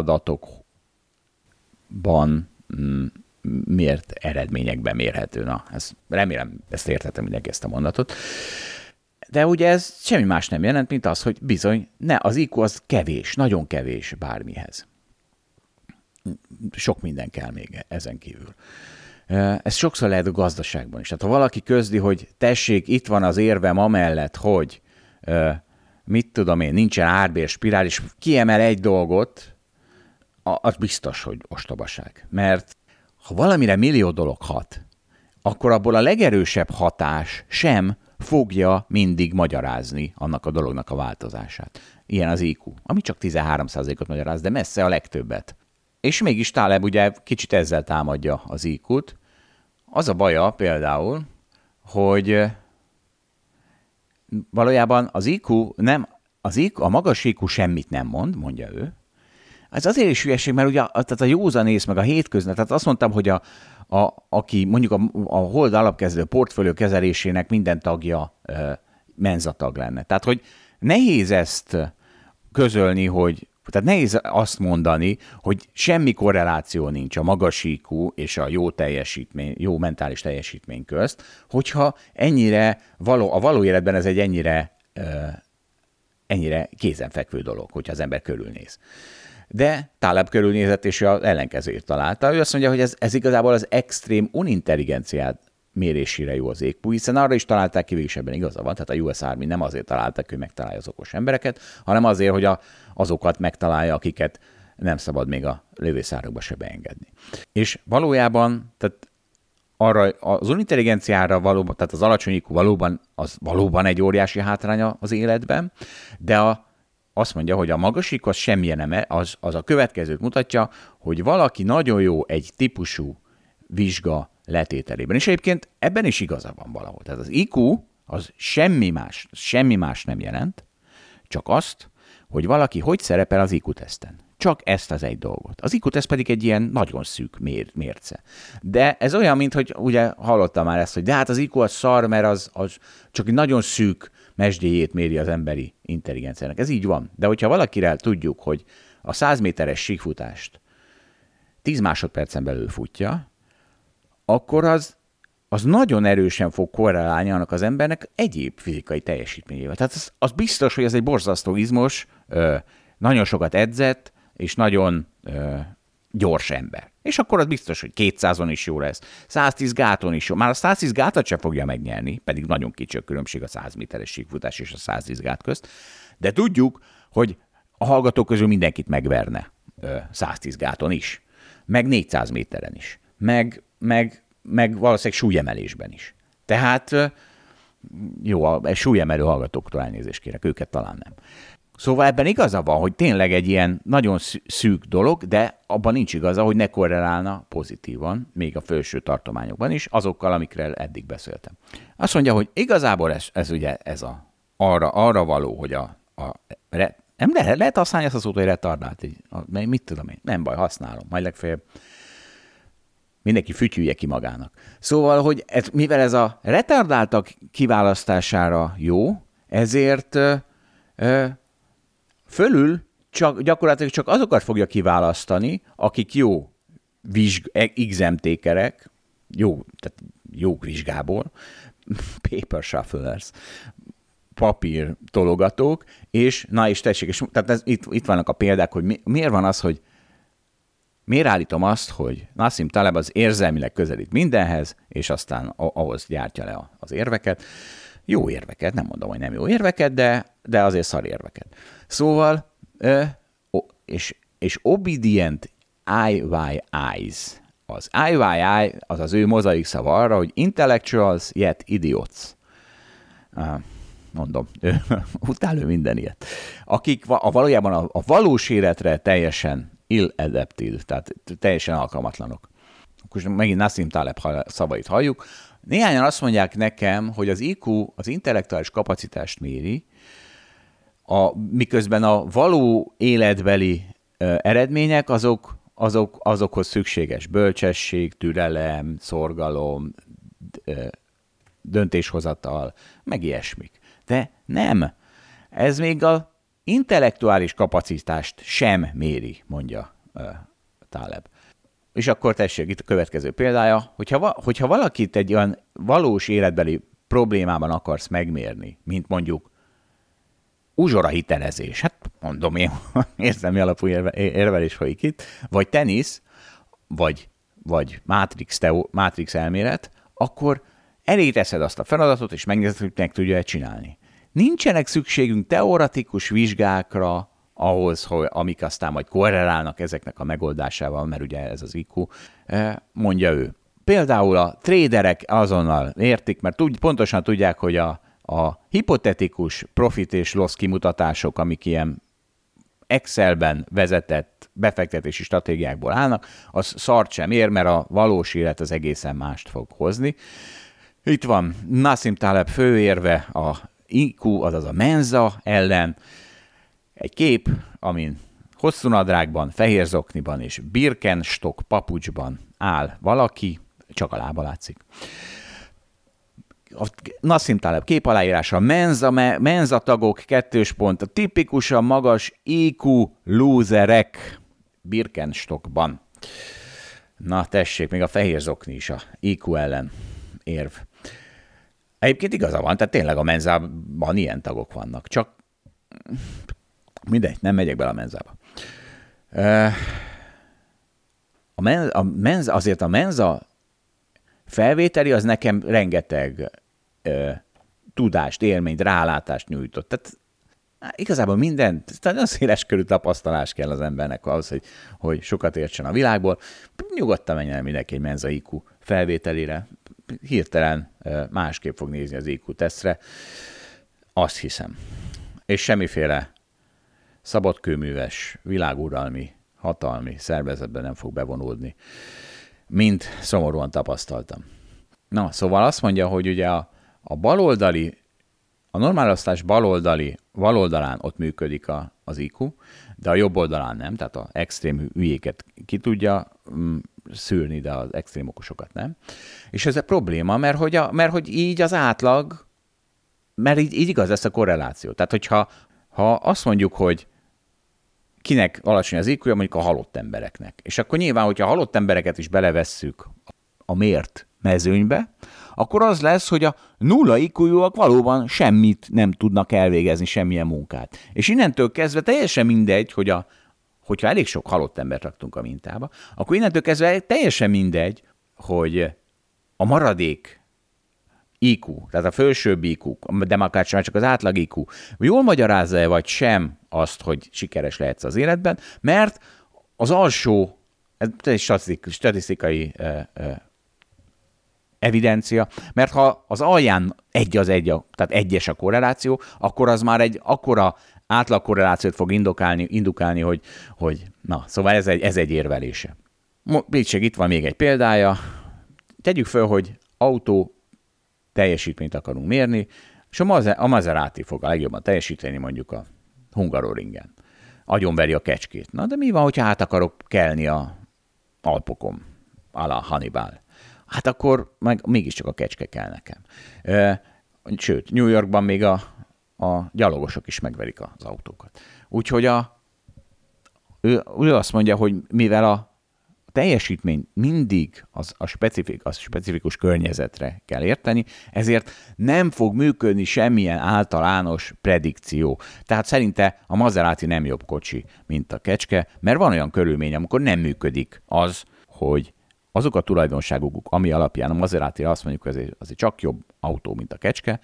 Speaker 4: feladatokban mért eredményekben mérhető. Na, remélem, ezt értettem mindenki ezt a mondatot. De ugye ez semmi más nem jelent, mint az, hogy bizony, az IQ az kevés, nagyon kevés bármihez. Sok minden kell még ezen kívül. Ez sokszor lehet a gazdaságban is. Tehát ha valaki közli, hogy tessék, itt van az érvem amellett, hogy mit tudom én, nincsen árbér spirál, és kiemel egy dolgot, az biztos, hogy ostobaság. Mert ha valamire millió dolog hat, akkor abból a legerősebb hatás sem fogja mindig magyarázni annak a dolognak a változását. Ilyen az IQ, ami csak 13%-ot magyaráz, de messze a legtöbbet. És mégis Taleb ugye kicsit ezzel támadja az IQ-t. Az a baja például, hogy valójában az IQ nem, a magas IQ semmit nem mond, mondja ő. Ez azért is hülyeség, mert ugye tehát a józanész, meg a hétköznap, tehát azt mondtam, hogy aki mondjuk a Hold alapkezelő portfólió kezelésének minden tagja menzatag lenne. Tehát, hogy nehéz ezt közölni, tehát nehéz azt mondani, hogy semmi korreláció nincs a magas IQ és a jó teljesítmény, jó mentális teljesítmény közt, hogyha ennyire a való életben ez egy ennyire kézenfekvő dolog, hogyha az ember körülnéz. De Taleb körülnézett, és az ellenkezőjét találta. Ő azt mondja, hogy ez igazából az extrém unintelligenciát mérésére jó az IQ, hiszen arra is találták ki, és ebben igaza van, tehát a US Army nem azért találták, hogy megtalálja az okos embereket, hanem azért, hogy azokat megtalálja, akiket nem szabad még a lövészárokba se beengedni. És valójában, tehát arra az unintelligenciára valóban, tehát az alacsony IQ valóban egy óriási hátránya az életben, de azt mondja, hogy a magas IQ az semmilyen nem, az a következőt mutatja, hogy valaki nagyon jó egy típusú vizsga letételében. És egyébként ebben is igaza van valahol. Tehát az IQ az semmi más nem jelent, csak azt, hogy valaki hogy szerepel az IQ-teszten. Csak ezt az egy dolgot. Az IQ-teszt pedig egy ilyen nagyon szűk mérce. De ez olyan, mint hogy ugye hallottam már ezt, hogy de hát az IQ az szar, mert az csak egy nagyon szűk mesdjéjét méri az emberi intelligenciának. Ez így van. De hogyha valakire tudjuk, hogy a 100 méteres síkfutást 10 másodpercen belül futja, akkor az nagyon erősen fog korrelálni annak az embernek egyéb fizikai teljesítményével. Tehát az biztos, hogy ez egy borzasztó izmos, nagyon sokat edzett, és nagyon gyors ember. És akkor az biztos, hogy 200-on is jó lesz, 110 gáton is jó. Már a 110 gátat sem fogja megnyerni, pedig nagyon kicsi a különbség a 100 méteres síkfutás és a 110 gát közt. De tudjuk, hogy a hallgatók közül mindenkit megverne 110 gáton is, meg 400 méteren is, meg valószínűleg súlyemelésben is. Tehát jó, a súlyemelő hallgatóktól elnézést kérek, őket talán nem. Szóval ebben igaza van, hogy tényleg egy ilyen nagyon szűk dolog, de abban nincs igaza, hogy ne korrelálna pozitívan, még a felső tartományokban is, azokkal, amikről eddig beszéltem. Azt mondja, hogy igazából ez ugye arra való, hogy nem lehet használni ezt a szót, hogy retardált, mit tudom én, nem baj, használom, majd legfeljebb mindenki fütyülje ki magának. Szóval, hogy mivel ez a retardáltak kiválasztására jó, ezért fölül gyakorlatilag csak azokat fogja kiválasztani, akik jó examtakerek, jó vizsgából, paper shufflers, papír tologatók, és tessék, és tehát itt vannak a példák, hogy miért van az, hogy miért állítom azt, hogy Nassim Taleb az érzelmileg közelít mindenhez, és aztán ahhoz gyártja le az érveket. Jó érveket, nem mondom, hogy nem jó érveket, de azért szar érveket. Szóval, és obedient IYIs. Az IYI az ő mozaik szava arra, hogy intellectuals yet idiots. Mondom, utál ő minden ilyet. Akik valójában a valós életre teljesen ill-adapted, tehát teljesen alkalmatlanok. Akkor megint Nassim Taleb szavait halljuk. Néhányan azt mondják nekem, hogy az IQ az intellektuális kapacitást méri, miközben a való életbeli eredmények azokhoz szükséges bölcsesség, türelem, szorgalom, döntéshozatal, meg ilyesmik. De nem. Ez még a intellektuális kapacitást sem méri, mondja Taleb. És akkor tessék, itt a következő példája, hogyha valakit egy olyan valós életbeli problémában akarsz megmérni, mint mondjuk uzsora hitelezés, hát mondom én, érzelmi alapú érvelés folyik itt, vagy tenisz, vagy vagy Matrix elmélet, akkor elé teszed azt a feladatot, és megnézed, hogy meg tudja csinálni. Nincsenek szükségünk teoretikus vizsgákra ahhoz, hogy amik aztán majd korrelálnak ezeknek a megoldásával, mert ugye ez az IQ, mondja ő. Például a traderek azonnal értik, mert pontosan tudják, hogy a hipotetikus profit és loss kimutatások, amik ilyen Excelben vezetett befektetési stratégiákból állnak, az szart sem ér, mert a valós élet az egészen mást fog hozni. Itt van Nassim Taleb főérve a IQ, azaz a menza ellen, egy kép, amin hosszú nadrágban, fehér zokniban és Birkenstock papucsban áll valaki, csak a lába látszik. A Nassim Taleb kép aláírása, menza tagok, 2. pont, a tipikusan magas IQ lúzerek Birkenstockban. Na tessék, még a fehér zokni is a IQ ellen érv. Egyébként igaza van, tehát tényleg a menzában ilyen tagok vannak, csak mindegy, nem megyek bele a menzába. Azért a menza felvételi az nekem rengeteg tudást, élményt, rálátást nyújtott. Tehát igazából tehát nagyon széles körű tapasztalás kell az embernek ahhoz, hogy sokat értsen a világból. Nyugodtan menjen el mindenki egy menza IQ felvételére. Hirtelen másképp fog nézni az IQ tesztre. Azt hiszem. És semmiféle szabadkőműves, világuralmi, hatalmi szervezetben nem fog bevonódni, mint szomorúan tapasztaltam. Na, szóval azt mondja, hogy ugye a baloldali, a normálosztás baloldalán ott működik az IQ, de a jobb oldalán nem, tehát az extrém hülyéket ki tudja szűrni, de az extrém okosokat nem. És ez a probléma, mert hogy így az átlag, mert így igaz lesz a korreláció. Tehát, hogyha azt mondjuk, hogy kinek alacsony az IQ-ja, mondjuk a halott embereknek. És akkor nyilván, hogyha a halott embereket is belevesszük a mért mezőnybe, akkor az lesz, hogy a nulla IQ-juk valóban semmit nem tudnak elvégezni, semmilyen munkát. És innentől kezdve teljesen mindegy, hogyha elég sok halott embert raktunk a mintába, akkor innentől kezdve teljesen mindegy, hogy a maradék IQ, tehát a felsőbb IQ, de akár csak az átlag IQ, jól magyarázza-e vagy sem azt, hogy sikeres lehetsz az életben, mert az alsó, ez egy statisztikai evidencia, mert ha az alján tehát egyes a korreláció, akkor az már egy akkora átlag korrelációt fog indukálni, hogy na, szóval ez egy érvelése. Itt van még egy példája. Tegyük föl, hogy autó teljesítményt akarunk mérni, és a Maserati fog a legjobban teljesíteni mondjuk a Hungaroringen. Agyonveri a kecskét. Na, de mi van, hogyha át akarok kelni a Alpokon, a la Hannibal? Hát akkor mégiscsak a kecske kell nekem. Sőt, New Yorkban még a gyalogosok is megverik az autókat. Úgyhogy ő azt mondja, hogy mivel a teljesítmény mindig a specifikus környezetre kell érteni, ezért nem fog működni semmilyen általános predikció. Tehát szerinte a Maserati nem jobb kocsi, mint a kecske, mert van olyan körülmény, amikor nem működik az, hogy azok a tulajdonságok, ami alapján a Maserati azt mondjuk, hogy ez egy csak jobb autó, mint a kecske,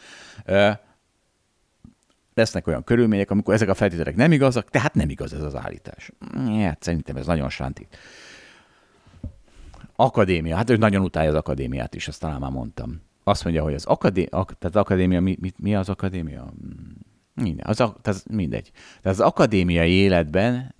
Speaker 4: lesznek olyan körülmények, amikor ezek a feltételek nem igazak, tehát nem igaz ez az állítás. Hát szerintem ez nagyon sántít. Akadémia. Hát ő nagyon utálja az akadémiát is, azt talán már mondtam. Azt mondja, hogy tehát az akadémia, mi az akadémia? Mindegy. Tehát az akadémiai életben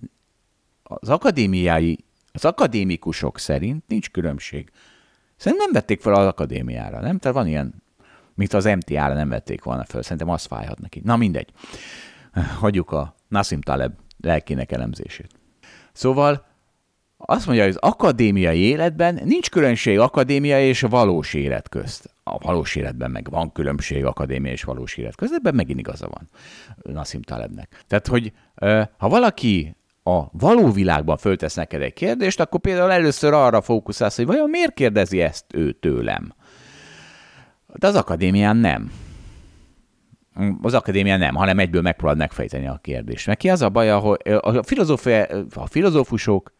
Speaker 4: az akadémikusok szerint nincs különbség. Szerintem nem vették fel az akadémiára, nem? Tehát van ilyen, mint az MTA-ra nem vették volna föl. Szerintem az fájhat neki. Na mindegy. Hagyjuk a Nassim Taleb lelkének elemzését. Szóval azt mondja, hogy az akadémiai életben nincs különbség akadémia és a valós élet közt. A valós életben meg van különbség akadémia és valós élet közt, ebben megint igaza van Nassim Talebnek. Tehát, hogy ha valaki a való világban föltesz neked egy kérdést, akkor például először arra fókuszálsz, hogy vajon miért kérdezi ezt ő tőlem. De az akadémián nem. Az akadémián nem, hanem egyből megpróbáld megfejteni a kérdést. Neki az a baj, hogy a filozófusok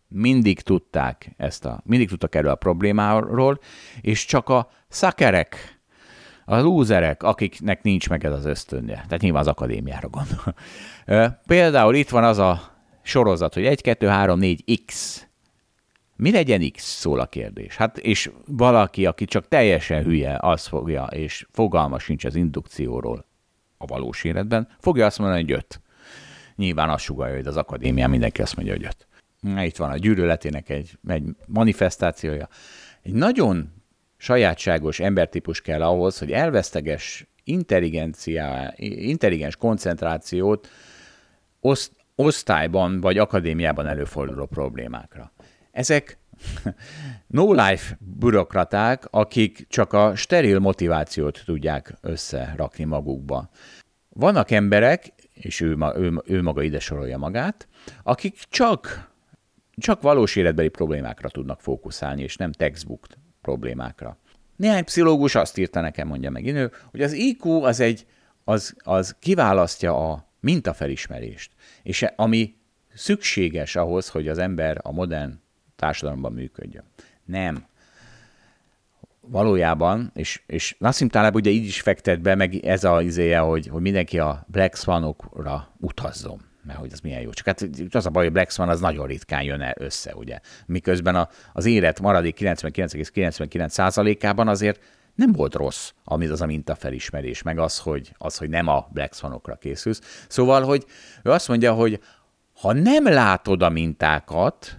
Speaker 4: mindig tudtak erről a problémáról, és csak a szakerek, a lúzerek, akiknek nincs meg ez az ösztönje. Tehát nyilván az akadémiára gondol. Például itt van az a sorozat, hogy 1, 2, 3, 4, X. Mi legyen X, szól a kérdés. Hát, és valaki, aki csak teljesen hülye, az fogja, és fogalma sincs az indukcióról a valós életben, fogja azt mondani, hogy 5. Nyilván azt sugallja, hogy az akadémián mindenki azt mondja, hogy 5. Itt van a gyűlöletének egy manifestációja. Egy nagyon sajátságos embertípus kell ahhoz, hogy elveszteges intelligens koncentrációt osztályban vagy akadémiában előforduló problémákra. Ezek no-life bürokraták, akik csak a steril motivációt tudják összerakni magukba. Vannak emberek, és ő maga ide sorolja magát, akik csak valós életbeli problémákra tudnak fókuszálni, és nem textbook problémákra. Néhány pszichológus azt írta nekem, mondja meg Inő, hogy az IQ az kiválasztja a mintafelismerést, és ami szükséges ahhoz, hogy az ember a modern társadalomban működjön. Nem. Valójában, és Nassim Taleb ugye így is fektet be, meg ez az izéje, hogy mindenki a Black Swanokra utazzon, mert hogy az milyen jó. Csak hát az a baj, hogy Black Swan az nagyon ritkán jön össze, ugye. Miközben az élet maradék 99,99%-ában azért nem volt rossz, amit az a mintafelismerés, meg az, hogy nem a Black Swanokra készülsz. Szóval, hogy ő azt mondja, hogy ha nem látod a mintákat,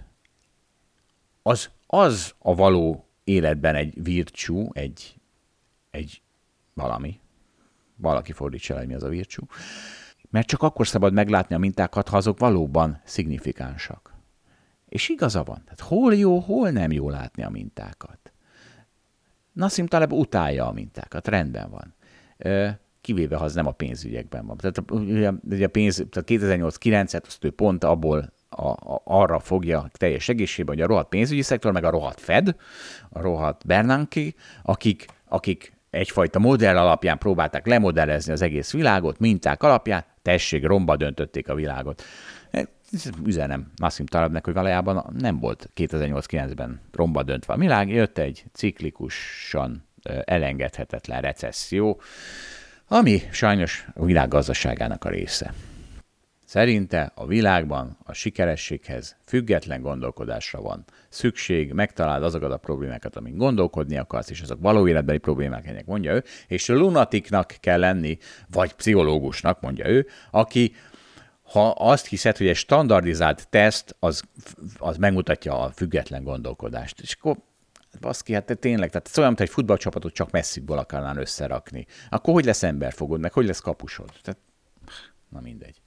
Speaker 4: az a való életben egy virtue, egy valami. Valaki fordítsa le, mi az a virtue. Mert csak akkor szabad meglátni a mintákat, ha azok valóban szignifikánsak. És igaza van. Tehát hol jó, hol nem jó látni a mintákat. Nassim Taleb utálja a mintákat, rendben van. Kivéve, ha az nem a pénzügyekben van. Tehát a 2008-9-et azt ő pont abból arra fogja teljes egészségben, hogy a rohadt pénzügyi szektor, meg a rohadt Fed, a rohadt Bernanke, akik egyfajta modell alapján próbálták lemodellezni az egész világot, minták alapján, tessék, romba döntötték a világot. Üzenem Nassim Talebnek, hogy valójában nem volt 2008-9-ben romba döntve a világ, jött egy ciklikusan elengedhetetlen recesszió, ami sajnos a világ gazdaságának a része. Szerinte a világban a sikerességhez független gondolkodásra van szükség, megtaláld azokat a problémákat, amik gondolkodni akarsz, és azok való életbeli problémák, ennek mondja ő, és lunatiknak kell lenni, vagy pszichológusnak, mondja ő, aki, ha azt hiszed, hogy egy standardizált teszt, az megmutatja a független gondolkodást. És akkor baszki, hát tényleg, tehát olyan, mint egy futballcsapatot csak messzikból akarnán összerakni. Akkor hogy lesz emberfogod, meg hogy lesz kapusod? Tehát, na mindegy.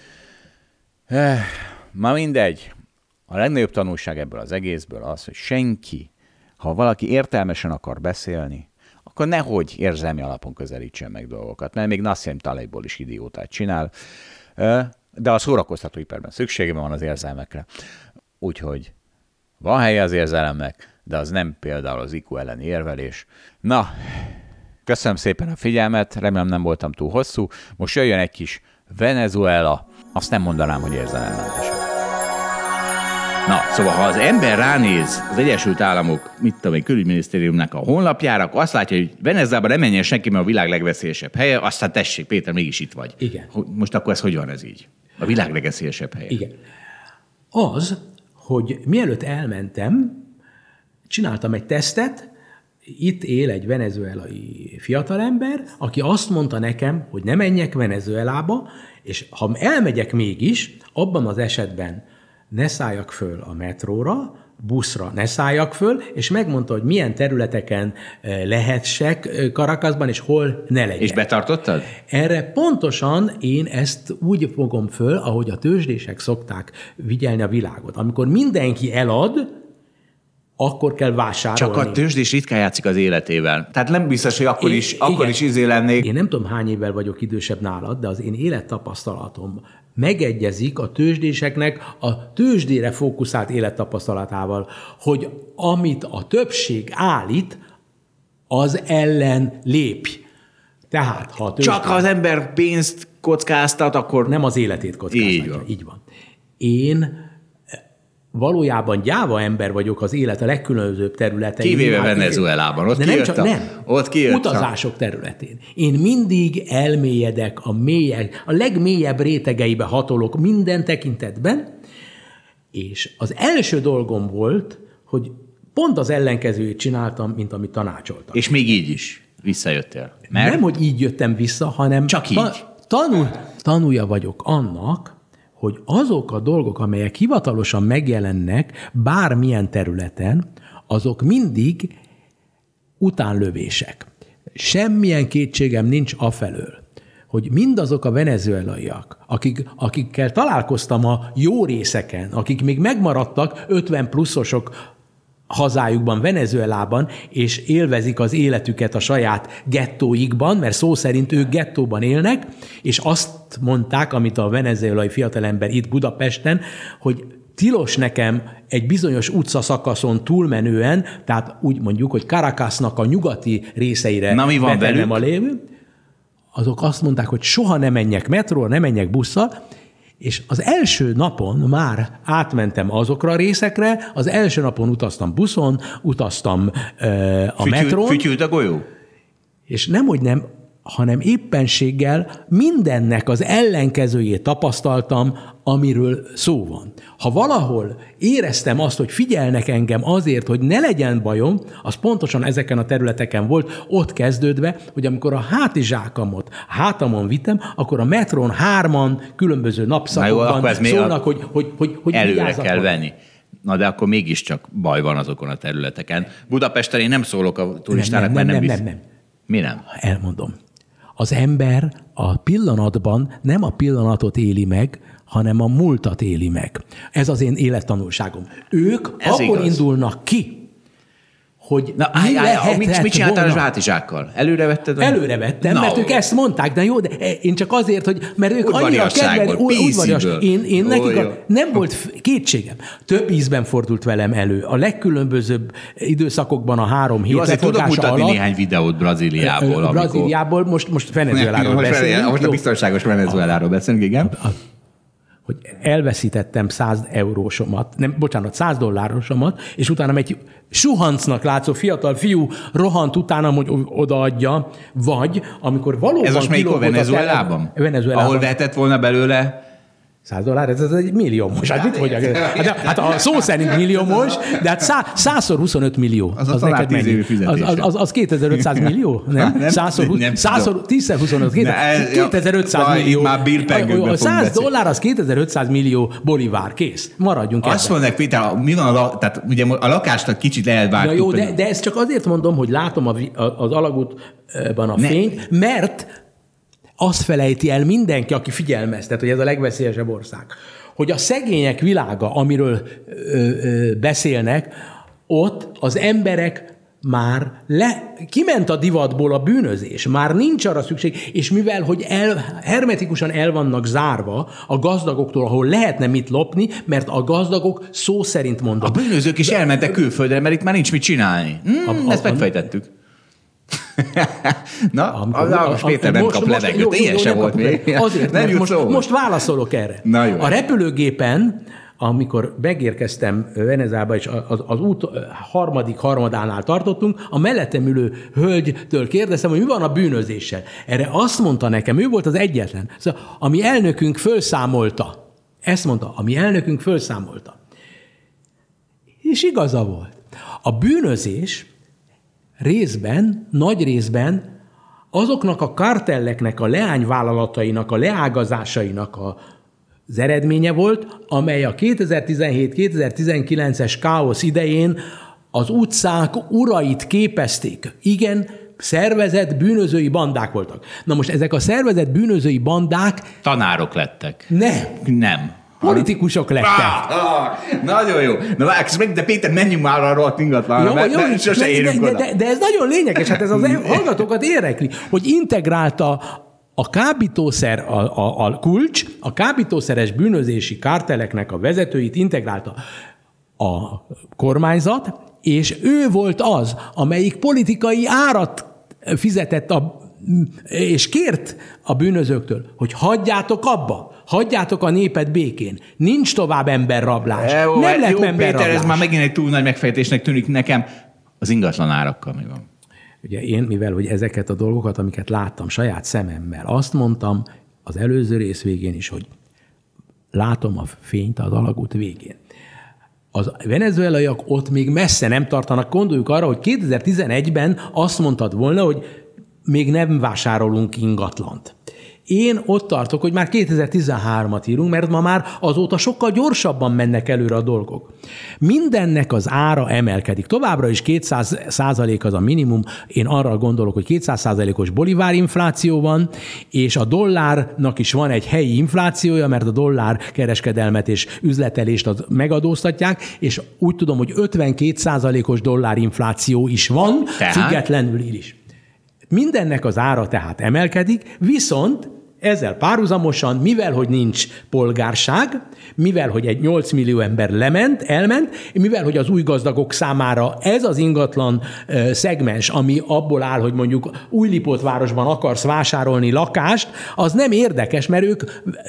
Speaker 4: Ma mindegy. A legnagyobb tanulság ebből az egészből az, hogy senki, ha valaki értelmesen akar beszélni, akkor nehogy érzelmi alapon közelítsen meg dolgokat, mert még Nassim Talebból is idiótát csinál, de a szórakoztatóiparban szüksége van az érzelmekre. Úgyhogy van helye az érzelemnek, de az nem például az IQ elleni érvelés. Na, köszönöm szépen a figyelmet, remélem nem voltam túl hosszú. Most jöjjön egy kis Venezuela, azt nem mondanám, hogy érzelemmentesen.
Speaker 2: Na, szóval ha az ember ránéz az Egyesült Államok, külügyminisztériumnak a honlapjára, akkor azt látja, hogy Venezuelában nem menjen senki, mert a világ legveszélyesebb helye, aztán tessék, Péter, mégis itt vagy.
Speaker 5: Igen.
Speaker 2: Most akkor ez hogy van ez így? A világ legveszélyesebb helye.
Speaker 5: Igen. Az, hogy mielőtt elmentem, csináltam egy tesztet, itt él egy venezuelai fiatalember, aki azt mondta nekem, hogy ne menjek Venezuelába, és ha elmegyek mégis, abban az esetben ne szálljak föl a metróra, buszra ne szálljak föl, és megmondta, hogy milyen területeken lehessek Caracasban, és hol ne legyek.
Speaker 2: És betartottad?
Speaker 5: Erre pontosan én ezt úgy fogom föl, ahogy a tőzsdések szokták vigyelni a világot. Amikor mindenki elad, akkor kell vásárolni.
Speaker 2: Csak a tőzsdés ritkán játszik az életével. Tehát nem biztos, hogy akkor is izé lennék.
Speaker 5: Én nem tudom, hány évvel vagyok idősebb nálad, de az én élettapasztalatom megegyezik a tőzsdéseknek a tőzsdére fókuszált élettapasztalatával, hogy amit a többség állít, az ellen lépj. Tehát, ha a
Speaker 2: Csak ha az ember pénzt kockáztat, akkor...
Speaker 5: Nem az életét kockáztatja.
Speaker 2: Így van.
Speaker 5: Így van. Én valójában gyáva ember vagyok az élet a legkülönbözőbb területein.
Speaker 2: Kivéve Venezuelában. Ott
Speaker 5: kijött utazások területén. Én mindig elmélyedek a legmélyebb rétegeibe hatolok minden tekintetben, és az első dolgom volt, hogy pont az ellenkezőjét csináltam, mint amit tanácsoltam.
Speaker 2: És még így is visszajöttél.
Speaker 5: Nem, hogy így jöttem vissza, hanem
Speaker 2: csak így.
Speaker 5: Tanulja vagyok annak, hogy azok a dolgok, amelyek hivatalosan megjelennek bármilyen területen, azok mindig utánlövések. Semmilyen kétségem nincs afelől, hogy mindazok a venezuelaiak, akikkel találkoztam a jó részeken, akik még megmaradtak 50 pluszosok hazájukban, Venezuelában, és élvezik az életüket a saját gettóikban, mert szó szerint ők gettóban élnek, és azt mondták, amit a venezuelai fiatalember itt Budapesten, hogy tilos nekem egy bizonyos utcaszakaszon túlmenően, tehát úgy mondjuk, hogy Caracasnak a nyugati részeire vetenem a lévő, azok azt mondták, hogy soha ne menjek metróra, ne menjek busszal, és az első napon már átmentem azokra a részekre, az első napon utaztam buszon, utaztam a metrón.
Speaker 2: Fütyült a golyó?
Speaker 5: És nemhogy nem, hanem éppenséggel mindennek az ellenkezőjét tapasztaltam, amiről szó van. Ha valahol éreztem azt, hogy figyelnek engem azért, hogy ne legyen bajom, az pontosan ezeken a területeken volt, ott kezdődve, hogy amikor a hátizsákamot hátamon vittem, akkor a metrón 3 különböző napszakokban szólnak, hogy
Speaker 2: előre kell venni. Na de akkor mégiscsak baj van azokon a területeken. Budapesten én nem szólok a turistának, mert nem. Mi nem?
Speaker 5: Elmondom. Az ember a pillanatban nem a pillanatot éli meg, hanem a múltat éli meg. Ez az én élettanulságom. Ők ez akkor igaz. Indulnak ki, hogy
Speaker 2: mit csináltál a hátizsákkal? Előrevetted?
Speaker 5: Előrevettem, mert ők ezt mondták, de jó, de én csak azért, hogy mert ők annyira kedveli, udvarias. Én nekik nem volt kétségem. Több ízben fordult velem elő. A legkülönbözőbb időszakokban a 3 hét
Speaker 2: lefogása alatt. Tudok mutatni néhány videót Brazíliából.
Speaker 5: Brazíliából, most Venezueláról beszélünk.
Speaker 2: Most a biztonságos Venezueláról beszélünk, igen.
Speaker 5: Hogy elveszítettem 100 eurósomat, $100 és utána egy suhancnak látszó fiatal fiú rohant utánam, hogy odaadja, vagy amikor valóban...
Speaker 2: Ez most melyikor? Venezuelában?
Speaker 5: Venezuelában.
Speaker 2: Ahol vehetett volna belőle...
Speaker 5: $100, ez egy milliómos. Hát a szó szerint milliómos, de hát 100x25 millió.
Speaker 2: Az neked 10 évi fizetése.
Speaker 5: Az 2500 millió? Nem? 10x25, 2500 millió.
Speaker 2: Már bírpengőkbe
Speaker 5: a $100 az 2500 millió bolivár. Kész. Maradjunk ebben.
Speaker 2: Azt mondják, Péter, mi van tehát ugye a lakásnak kicsit elváltuk.
Speaker 5: Jó, de ezt csak azért mondom, hogy látom az alagútban a fényt, mert azt felejti el mindenki, aki figyelmeztet, hogy ez a legveszélyesebb ország, hogy a szegények világa, amiről beszélnek, ott az emberek már kiment a divatból a bűnözés, már nincs arra szükség, és mivel, hogy hermetikusan el vannak zárva a gazdagoktól, ahol lehetne mit lopni, mert a gazdagok szó szerint mondom.
Speaker 2: A bűnözők is elmentek külföldre, mert itt már nincs mit csinálni. Ezt megfejtettük. Most Péter nem kap levegőt, ilyen sem volt még.
Speaker 5: Azért, most válaszolok erre. A repülőgépen, amikor megérkeztem Venezuelába, és az út harmadánál tartottunk, a mellettem ülő hölgytől kérdeztem, hogy mi van a bűnözéssel. Erre azt mondta nekem, ő volt az egyetlen. Szóval, a mi elnökünk fölszámolta. Ezt mondta, a mi elnökünk fölszámolta. És igaza volt. A bűnözés nagy részben azoknak a kartelleknek, a leányvállalatainak, a leágazásainak az eredménye volt, amely a 2017-2019-es káosz idején az utcák urait képezték. Igen, szervezett bűnözői bandák voltak. Na most ezek a szervezett bűnözői bandák...
Speaker 2: Tanárok lettek.
Speaker 5: Nem. Politikusok lettek.
Speaker 2: Nagyon jó. Na várj, de Péter, menjünk már arra a ingatlanra, mert sose érünk oda.
Speaker 5: De ez nagyon lényeges, hát ez az hallgatókat érdekli, hogy integrálta a kábítószer, a kulcs, a kábítószeres bűnözési kárteleknek a vezetőit integrálta a kormányzat, és ő volt az, amelyik politikai árat fizetett a és kért a bűnözőktől, hogy hagyjátok abba, hagyjátok a népet békén. Nincs tovább emberrablás. Nem lett emberrablás.
Speaker 2: Péter, ez már megint egy túl nagy megfejtésnek tűnik nekem. Az ingatlan árakkal mi van?
Speaker 5: Ugye én, mivel hogy ezeket a dolgokat, amiket láttam saját szememmel, azt mondtam az előző rész végén is, hogy látom a fényt az alagút végén. Az venezuelaiak ott még messze nem tartanak. Gondoljuk arra, hogy 2011-ben azt mondtad volna, hogy még nem vásárolunk ingatlant. Én ott tartok, hogy már 2013-at írunk, mert ma már azóta sokkal gyorsabban mennek előre a dolgok. Mindennek az ára emelkedik. Továbbra is 200% az a minimum. Én arra gondolok, hogy 200%-os bolivár infláció van, és a dollárnak is van egy helyi inflációja, mert a dollár kereskedelmet és üzletelést megadóztatják, és úgy tudom, hogy 52%-os dollár infláció is van, függetlenül is. Mindennek az ára tehát emelkedik, viszont ezzel párhuzamosan, mivel hogy nincs polgárság, mivel hogy egy 8 millió ember elment, mivel hogy az új gazdagok számára ez az ingatlan szegmens, ami abból áll, hogy mondjuk Újlipótvárosban akarsz vásárolni lakást, az nem érdekes, mert ők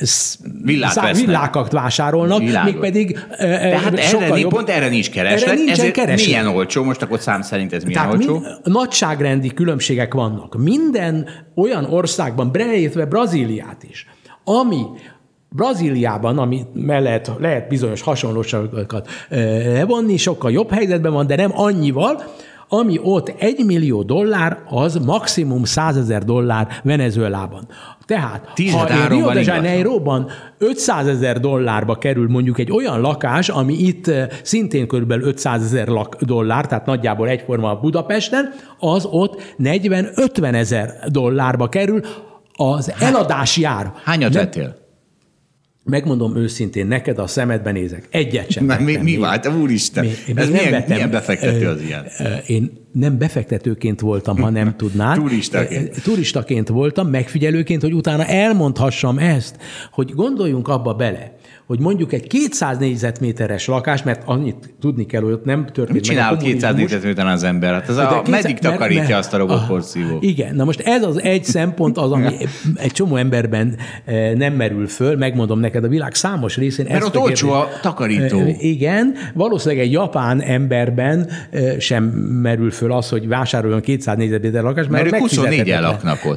Speaker 5: villákat vásárolnak, mégpedig
Speaker 2: tehát
Speaker 5: sokkal jobb.
Speaker 2: Pont erre nincs kereslet. Ezért milyen olcsó? Most akkor szám szerint ez milyen olcsó?
Speaker 5: Nagyságrendi különbségek vannak. Minden olyan országban, beleértve Brazíliát is, ami Brazíliában, ami mellett lehet bizonyos hasonlóságokat levonni, sokkal jobb helyzetben van, de nem annyival, ami ott $1 millió, az maximum $100,000 Venezuelában. Tehát, ha Rio de Janeiroban $500,000 kerül mondjuk egy olyan lakás, ami itt szintén körülbelül $500,000, tehát nagyjából egyforma Budapesten, az ott $40,000-50,000 kerül az eladási ár.
Speaker 2: Hányat vettél?
Speaker 5: Megmondom őszintén, neked a szemedben nézek. Egyet sem vettem.
Speaker 2: Mi vált? Úristen! Ez milyen befektető az ilyen?
Speaker 5: Én nem befektetőként voltam, ha nem tudnád. Turistaként voltam, megfigyelőként, hogy utána elmondhassam ezt, hogy gondoljunk abba bele, hogy mondjuk egy 200 négyzetméteres lakás, mert annyit tudni kell, hogy ott nem történt.
Speaker 2: Mit csinál 200 négyzetméteren az ember? Hát meddig takarítja azt a robotporszívót?
Speaker 5: Igen, na most ez az egy szempont az, ami egy csomó emberben nem merül föl, megmondom neked, a világ számos részén.
Speaker 2: Mert ott olcsó a takarító.
Speaker 5: Igen, valószínűleg egy japán emberben sem merül föl az, hogy vásároljon 200 négyzetméter lakást,
Speaker 2: mert ők 24-en laknak ott.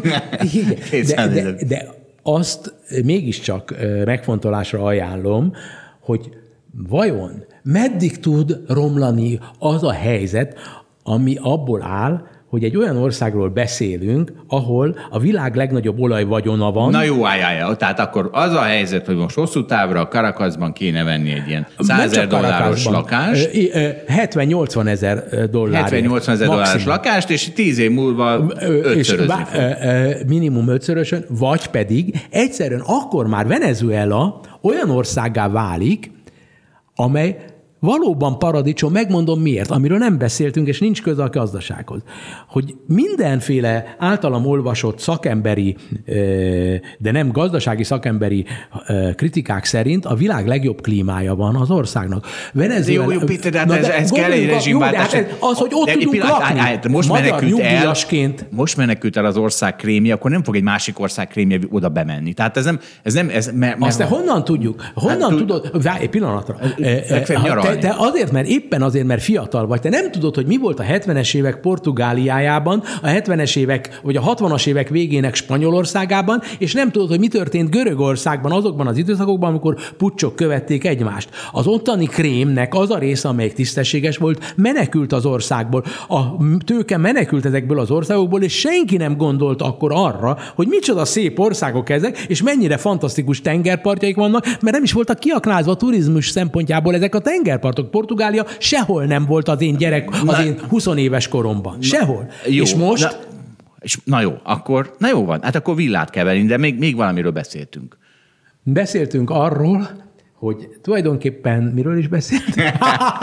Speaker 5: De azt mégiscsak megfontolásra ajánlom, hogy vajon meddig tud romlani az a helyzet, ami abból áll, hogy egy olyan országról beszélünk, ahol a világ legnagyobb olajvagyona van.
Speaker 2: Na jó, tehát akkor az a helyzet, hogy most hosszú távra a Caracasban kéne venni egy ilyen $100,000 lakást.
Speaker 5: $70,000-80,000.
Speaker 2: $70,000-80,000 lakást, és 10 év múlva ötszörözni fog.
Speaker 5: Minimum ötszörösen, vagy pedig egyszerűen akkor már Venezuela olyan országgá válik, amely valóban paradicsom, megmondom miért, amiről nem beszéltünk, és nincs köze a gazdasághoz. Hogy mindenféle általam olvasott szakemberi, de nem gazdasági szakemberi kritikák szerint a világ legjobb klímája van az országnak.
Speaker 2: Venezuela, jó, Péter, de ez kell egy rezsimváltás.
Speaker 5: Az, hogy ott tudunk lakni.
Speaker 2: Most menekült el az ország krémje, akkor nem fog egy másik ország krémje oda bemenni. Tehát ez nem...
Speaker 5: Azt te honnan tudjuk? Honnan tudod? Várj egy pillanatra. Te azért, mert éppen azért, mert fiatal vagy, te nem tudod, hogy mi volt a 70-es évek Portugáliájában, a 70-es évek, vagy a 60-as évek végének Spanyolországában, és nem tudod, hogy mi történt Görögországban azokban az időszakokban, amikor puccsok követték egymást. Az ottani krémnek az a része, amelyik tisztességes volt, menekült az országból. A tőke menekült ezekből az országokból, és senki nem gondolt akkor arra, hogy micsoda szép országok ezek, és mennyire fantasztikus tengerpartjaik vannak, mert nem is voltak kiaknázva a turizmus szempontjából ezek a tengerpartok. Portugália sehol nem volt az én az én 20 éves koromban. Sehol.
Speaker 2: Jó,
Speaker 5: és most...
Speaker 2: Na jó van. Hát akkor villát kell venni, de még valamiről beszéltünk.
Speaker 5: Beszéltünk arról, hogy tulajdonképpen miről is beszéltem?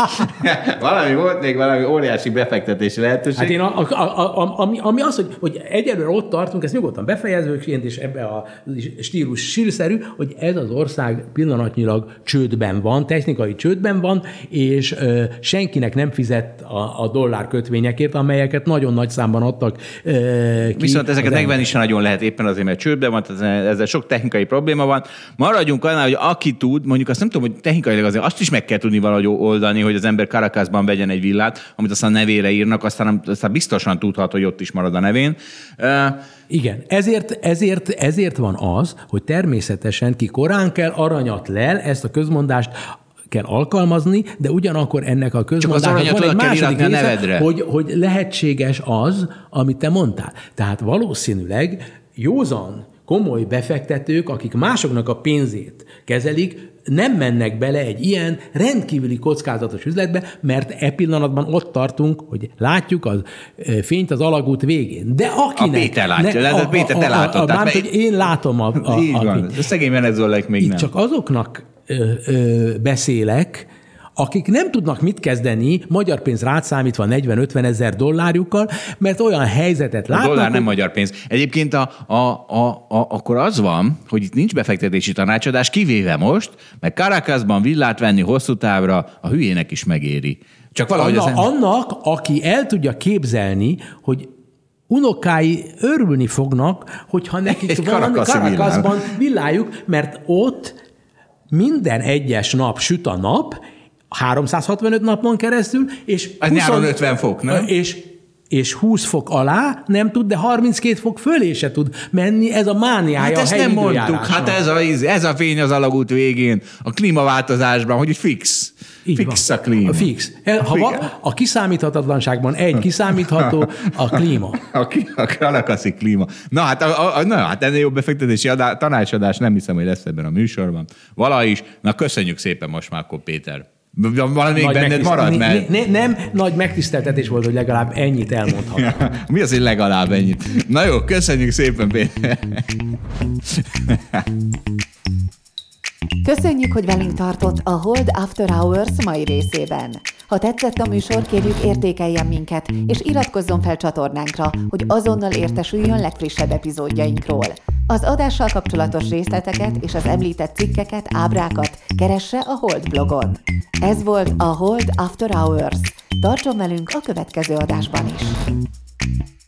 Speaker 2: valami óriási befektetési lehetőség.
Speaker 5: Hát én ami az, hogy egyelőre ott tartunk, ezt nyugodtan befejezőként, és ebbe a stílus sírszerű, hogy ez az ország pillanatnyilag csődben van, technikai csődben van, és senkinek nem fizet a dollár kötvényekért, amelyeket nagyon nagy számban adtak ki.
Speaker 2: Viszont ezeket megvenni is nagyon lehet éppen azért, mert csődben van, ezzel sok technikai probléma van. Maradjunk annál, hogy aki tud, mondjuk azt nem tudom, hogy technikailag azért azt is meg kell tudni valahogy oldani, hogy az ember Caracasban vegyen egy villát, amit aztán nevére írnak, aztán biztosan tudhat, hogy ott is marad a nevén.
Speaker 5: Igen, ezért van az, hogy természetesen ki korán kell, aranyat lel, ezt a közmondást kell alkalmazni, de ugyanakkor ennek a közmondásnak van egy második része, hogy lehetséges az, amit te mondtál. Tehát valószínűleg józan, komoly befektetők, akik másoknak a pénzét kezelik, nem mennek bele egy ilyen rendkívüli kockázatos üzletbe, mert e pillanatban ott tartunk, hogy látjuk a fényt az alagút végén. De akinek...
Speaker 2: A Péter látja, Péter, te látod.
Speaker 5: Mármint, hogy én látom
Speaker 2: így van, a szegény venezuelaiak még
Speaker 5: itt
Speaker 2: nem.
Speaker 5: Csak azoknak beszélek, akik nem tudnak mit kezdeni, magyar pénz rátszámítva 40-50 ezer dollárjukkal, mert olyan helyzetet látnak...
Speaker 2: A dollár nem magyar pénz. Egyébként akkor az van, hogy itt nincs befektetési tanácsadás, kivéve most, mert Caracasban villát venni hosszú távra a hülyének is megéri. Csak valahogy
Speaker 5: annak, aki el tudja képzelni, hogy unokái örülni fognak, hogyha nekik van Caracasban villájuk, mert ott minden egyes nap süt a nap, 365 napon keresztül, és...
Speaker 2: Az nyáron 50 fok, nem?
Speaker 5: És 20 fok alá nem tud, de 32 fok fölé se tud menni, ez a mániája a helyi
Speaker 2: nem mondtuk, hát ez a fény az alagút végén, a klímaváltozásban, hogy fix. Fix a klíma.
Speaker 5: Fix. A kiszámíthatatlanságban egy kiszámítható a klíma.
Speaker 2: A Caracasi klíma. Na hát ennél jobb befektetési tanácsadás nem hiszem, hogy lesz ebben a műsorban. Valahogy is. Na köszönjük szépen most már akkor, Péter. Valami még benned marad, mert...
Speaker 5: Nem, nagy megtiszteltetés volt, hogy legalább ennyit elmondhatom.
Speaker 2: Mi az, hogy legalább ennyit? Na jó, köszönjük szépen, Péter.
Speaker 1: Köszönjük, hogy velünk tartott a Hold After Hours mai részében. Ha tetszett a műsor, kérjük értékeljen minket, és iratkozzon fel csatornánkra, hogy azonnal értesüljön legfrissebb epizódjainkról. Az adással kapcsolatos részleteket és az említett cikkeket, ábrákat keresse a Hold blogon. Ez volt a Hold After Hours. Tartson velünk a következő adásban is!